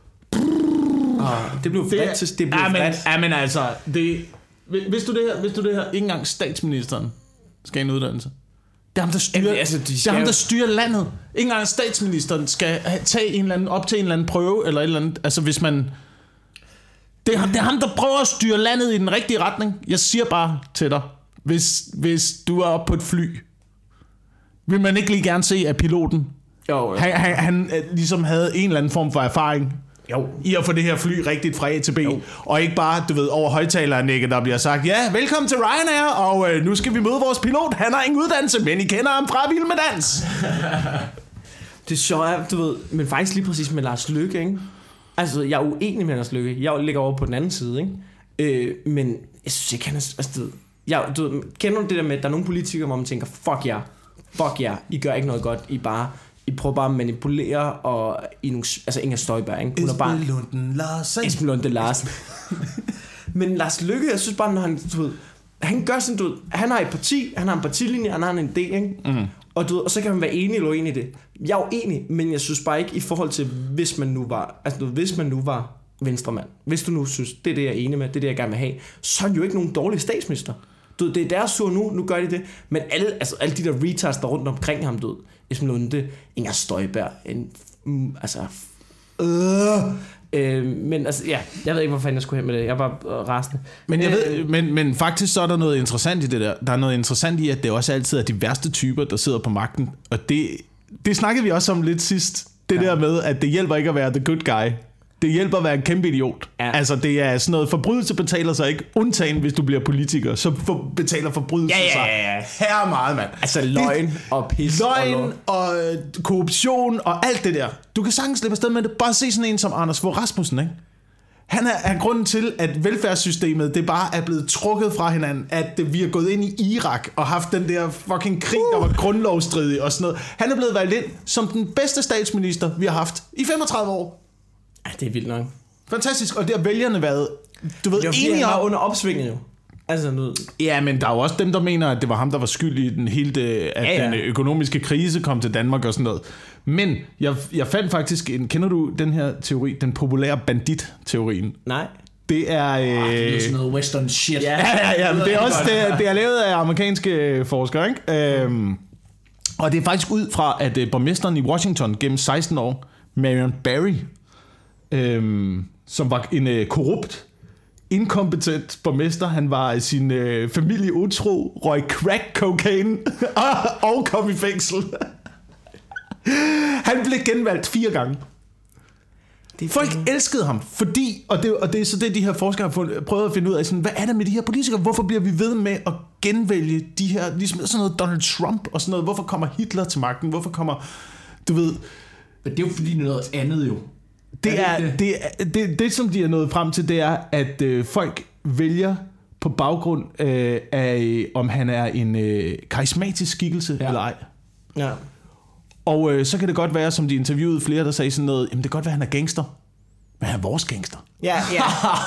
Ah, det blev det, fat til det blev ja, men, fat. ja, men altså, det, hvis du det her, hvis du det her, ikke engang statsministeren skal have en uddannelse. Det er ham, der styrer, Jamen, altså, de det er ham, der styrer landet. Ikke engang statsministeren skal tage en eller anden, op til en eller anden prøve, eller et eller andet. Altså, hvis man... Det er, det er ham, der prøver at styre landet i den rigtige retning. Jeg siger bare til dig, hvis, hvis du er oppe på et fly, vil man ikke lige gerne se, at piloten, jo, jo. Han, han, han ligesom havde en eller anden form for erfaring, jo. i at få det her fly rigtigt fra A til B, jo. Og ikke bare, du ved, over højtaleranlægget, der bliver sagt, ja, velkommen til Ryanair, og øh, nu skal vi møde vores pilot, han har ingen uddannelse, men I kender ham fra Vild med Dans. Det er sjovt, du ved, men faktisk lige præcis med Lars Løkke, ikke? Altså, jeg er uenig med Lars Løkke, jeg ligger over på den anden side, ikke? Øh, men jeg synes ikke, han er, altså, du ved, jeg, du ved, kender du det der med, at der er nogle politikere, hvor man tænker, fuck jer, fuck jer, I gør ikke noget godt, I bare... I prøver bare at manipulere, og i nogle, altså Inger Støjberg, ikke? Hun er bare... Esben Lunde Larsen. Esben Lunde Larsen. Men Lars Løkke, jeg synes bare, når han, du ved, han gør sådan, du ved, han har et parti, han har en partilinje, han har en idé, ikke? Mm. Og, du ved, og så kan man være enig eller uenig i det. Jeg er jo enig, men jeg synes bare ikke i forhold til, hvis man nu var, altså du ved, hvis man nu var venstremand, hvis du nu synes, det er det, jeg er enig med, det er det, jeg gerne vil have, så er han jo ikke nogen dårlig statsminister. Du ved, det er deres tur nu, nu gør de det. Men alle, altså, alle de der retards, der rundt omkring ham, du ved, Esben Lunde, Inger Støjberg, en, mm, altså, øh, øh, men altså, ja, jeg ved ikke, hvor fanden jeg skulle hen med det. Jeg var øh, rasende. Men, jeg ved, men, men faktisk så er der noget interessant i det der. Der er noget interessant i, at det også altid er de værste typer, der sidder på magten. Og det, det snakkede vi også om lidt sidst. Det ja. Der med, at det hjælper ikke at være the good guy. Det hjælper at være en kæmpe idiot. Ja. Altså, det er sådan noget, forbrydelse betaler sig ikke, undtagen hvis du bliver politiker, så for, betaler forbrydelse sig. Ja, ja, ja, ja. Her meget, mand. Altså løgn det, og pis. Løgn og, og korruption og alt det der. Du kan sagtens slippe afsted med det. Bare se sådan en som Anders Fogh Rasmussen, ikke? Han er, er grunden til, at velfærdssystemet, det bare er blevet trukket fra hinanden, at vi er gået ind i Irak og haft den der fucking krig, uh. der var grundlovsstridig og sådan noget. Han er blevet valgt ind som den bedste statsminister, vi har haft i femogtredive år. Ja, det er vildt nok. Fantastisk, og det har vælgerne været, du ved, enige om under opsvinget jo. Altså noget. Ja, men der er jo også dem, der mener, at det var ham, der var skyld i den hele, at ja, ja. den økonomiske krise kom til Danmark og sådan noget. Men jeg, jeg fandt faktisk en, kender du den her teori, den populære bandit-teorien? Nej. Det er... Øh... Oh, det er sådan noget western shit. Ja, ja, ja, men det er også det, det er lavet af amerikanske forskere, ikke? Øhm, og det er faktisk ud fra, at borgmesteren i Washington gennem seksten år, Marion Barry, øhm, som var en øh, korrupt, inkompetent borgmester. Han var sin øh, familie utro, røg crack cocaine og, og kom i fængsel. Han blev genvalgt fire gange. Folk elskede ham, fordi, og det, og det er så det, de her forskere har prøvet at finde ud af, sådan, hvad er det med de her politikere? Hvorfor bliver vi ved med at genvælge de her, ligesom sådan noget Donald Trump og sådan noget? Hvorfor kommer Hitler til magten? Hvorfor kommer, du ved... Men det er jo fordi noget andet jo. Det, er, det, det, det, det, som de er nået frem til, det er, at øh, folk vælger på på baggrund øh, af, om han er en øh, karismatisk skikkelse ja. eller ej. Ja. Og øh, så kan det godt være, som de interviewede flere, der sagde sådan noget, jamen det kan godt være, han er gangster, men han er vores gangster. Ja, ja.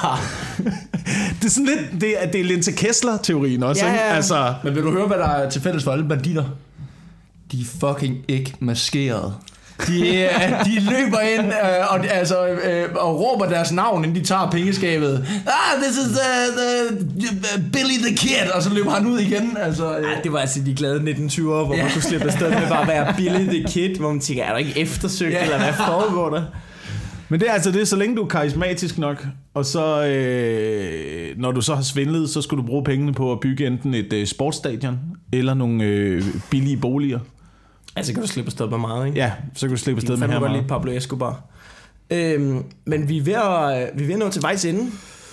Det er sådan lidt, det er, det er Linse Kessler-teorien også, ja, ja. Ikke? Altså, men vil du høre, hvad der er til fælles for alle banditter? De er fucking ikke maskeret. De, de løber ind øh, og, altså, øh, og råber deres navn, inden de tager pengeskabet. Ah, this is uh, the, Billy the Kid. Og så løber han ud igen. Altså, øh. Ej, det var altså de glade nitten tyverne, hvor ja. man kunne slippe afsted med bare at være Billy the Kid, hvor man tænker, er der ikke eftersøgt, ja. eller hvad foregår der? Men det er altså det, så længe du er karismatisk nok, og så øh, når du så har svindlet, så skulle du bruge pengene på at bygge enten et øh, sportsstadion eller nogle øh, billige boliger. Altså kan du slippe afsted med meget, ikke? Ja, så kan du slippe afsted med her meget. Lidt Pablo Escobar. Øhm, men vi er, ved at, vi er ved at nå til vejs ende.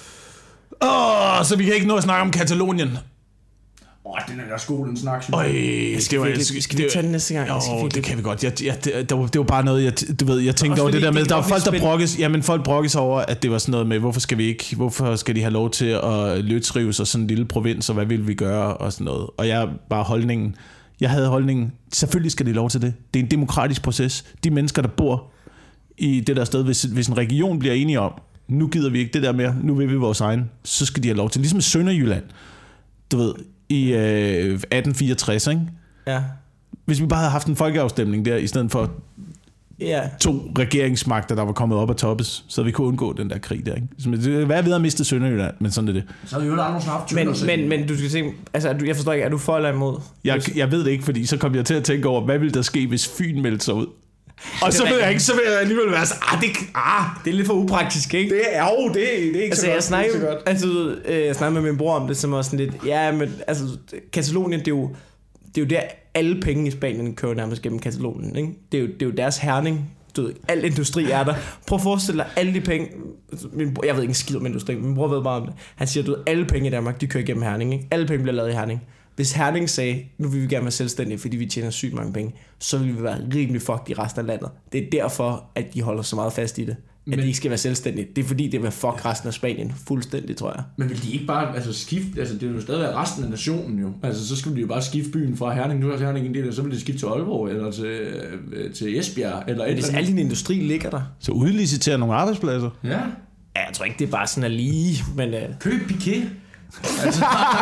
Åh, oh, så vi kan ikke nå at snakke om Katalonien. Åh, oh, den er der skolen snak. Øj, skal, skal, vi, skal, skal vi tage den næste gang? Jo, det, det kan vi godt. Jeg, jeg, det, det, var, det var bare noget, jeg, du ved, jeg tænkte over det der med, der var folk, der brokkes, jamen folk brokkes over, at det var sådan noget med, hvorfor skal vi ikke, hvorfor skal de have lov til at løsrives og sådan en lille provins, og hvad vil vi gøre, og sådan noget. Og jeg bare holdningen, jeg havde holdningen, selvfølgelig skal de lov til det. Det er en demokratisk proces. De mennesker, der bor i det der sted, hvis, hvis en region bliver enige om, nu gider vi ikke det der mere, nu vil vi vores egen, så skal de have lov til. Ligesom Sønderjylland, du ved, i øh, atten fireogtres, ikke? Ja. Hvis vi bare havde haft en folkeafstemning der, i stedet for ja. to regeringsmagter, der var kommet op og toppes, så vi kunne undgå den der krig der, ikke? Hvad er ved at miste Sønderjylland, men sådan er det. Så har vi jo aldrig nogen haft men, men, men du skal tænke, altså jeg forstår ikke, er du for eller imod? Jeg, jeg ved det ikke, fordi så kom jeg til at tænke over, hvad ville der ske, hvis Fyn meldte sig ud? Og så vil jeg ikke, så vil jeg alligevel være så, ah, det, ah, det er lidt for upraktisk, ikke? Det er jo, det, det er ikke altså, så, godt, snakker, så godt. Altså, jeg snakker med min bror om det, som også sådan lidt, ja, men altså, Katalonien, det er jo, det er jo der, alle penge i Spanien kører nærmest gennem Katalonien, ikke? Det er jo, det er jo deres Herning, du ved, al industri er der. Prøv at forestille dig, alle de penge, min bror, jeg ved ikke en skid om industri, men min bror ved bare om det. Han siger, du ved, alle penge i Danmark, de kører gennem Herning, ikke? Alle penge bliver lavet i Herning. Hvis Herning sagde, nu vil vi gerne være selvstændige, fordi vi tjener sygt mange penge, så vil vi være rimelig fucked i resten af landet. Det er derfor, at de holder så meget fast i det. At men, de ikke skal være selvstændige. Det er fordi, det vil fuck resten af Spanien fuldstændig, tror jeg. Men vil de ikke bare altså, skifte? Altså, det vil jo stadig være resten af nationen jo. Altså, så skulle de jo bare skifte byen fra Herning. Nu er Herning en del, og så vil de skifte til Aalborg, eller til, øh, til Esbjerg, eller et. Hvis al din industri ligger der. Så udlicitere nogle arbejdspladser. Ja. Ja, jeg tror ikke, det er bare sådan er lige, men... Uh... Køb Piqué. Altså.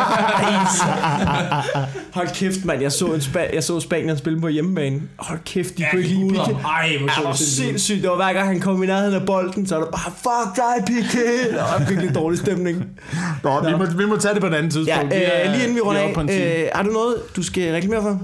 Hold kæft, mand. Jeg så, en Spa- jeg så Spanien spille på hjemmebane. Hold kæft, de ja, kunne ikke lide Piqué. Ej, hvor ja, så sindssygt. Det var hver gang han kom i nærheden af bolden, så var der bare, fuck dig, Piqué. Der var virkelig dårlig stemning. Nå, Nå. Vi, må, vi må tage det på et andet tidspunkt. Ja, øh, lige inden vi runder af. Øh, har du noget, du skal reklamere for?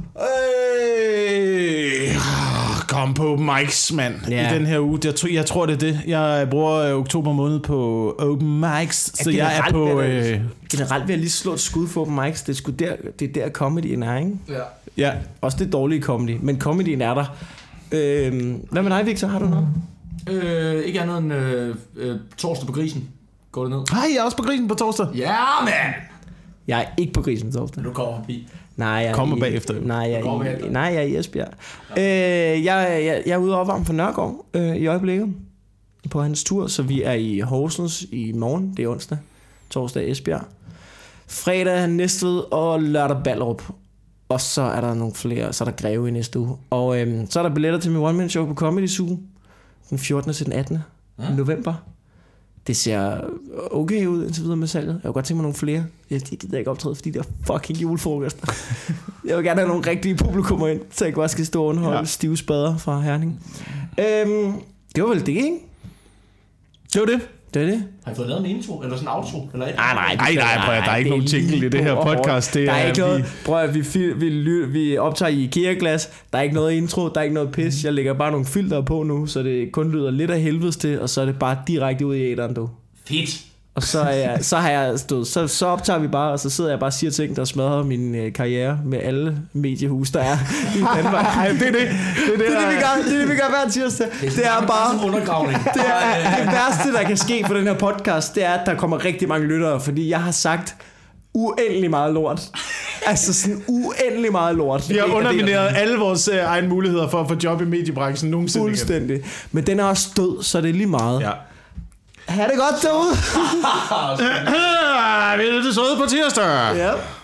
Øh, kom på mics, mand, ja. I den her uge. Jeg, tror, jeg tror, det er det. Jeg bruger oktober måned på open mics, ja, så jeg er på... Øh... Generelt vil jeg lige slå et skud for open mics. Det er sgu der, det er der comedyen er, ikke? Ja. Ja. Også det dårlige comedy, men comedyen er der. Øh, hvad med dig, Victor? Har du noget? Øh, ikke andet end øh, øh, torsdag på Grisen. Går det ned? Hej, jeg er også på Grisen på torsdag. Ja, mand! Jeg er ikke på Grisen på torsdag. Du kommer forbi. Nej, jeg kommer i, bagefter. Nej, jeg er i, nej, jeg er i Esbjerg. Ja. Øh, jeg, jeg, jeg er ude og opvarme for Nørgaard øh, i øjeblikket på hans tur, så vi er i Horsens i morgen, det er onsdag, torsdag i Esbjerg. Fredag Næstved og lørdag Ballerup. Og så er der nogle flere, så er der Greve i næste uge. Og øh, så er der billetter til min one-man show på Comedy Zoo den fjortende til den attende Ja. november. Det ser okay ud indtil videre med salget. Jeg vil godt tænke mig nogle flere. Jeg gider ikke optræde, fordi det er fucking julefrokoster. Jeg vil gerne have nogle rigtige publikummer ind, så jeg bare skal stå og underholde ja. stive spader fra Herning. Øhm, det var vel det, ikke? Det var det. Det er det. Har I fået lavet en intro? Eller sådan en outro? Eller et? Nej, nej, nej, nej, prøv, der er ikke nogen jingle i det her podcast. Det der er, er ikke vi... noget. Prøv at vi, vi, vi, vi optager i IKEA-glas. Der er ikke noget intro, der er ikke noget pis. Jeg lægger bare nogle filter på nu, så det kun lyder lidt af helvedes til, og så er det bare direkte ud i æderen, du. Fedt. Og så, er jeg, så har jeg stået, så, så optager vi bare, og så sidder jeg bare og siger ting, der smadrer min øh, karriere med alle mediehus, der er i Danmark. Ej, det er det. Det er det, det, er det, vi gør, det, er det, vi gør hver tirsdag. Det, det er bare undergravning. Det, er, det værste, der kan ske for den her podcast, det er, at der kommer rigtig mange lyttere, fordi jeg har sagt uendelig meget lort. Altså sådan uendelig meget lort. Vi har undermineret alle vores øh, egne muligheder for at få job i mediebranchen nogensinde. Fuldstændig. Men den er også død, så det er lige meget. Ja. Ha' det godt derude. Vi er det søde på tirsdag. Ja.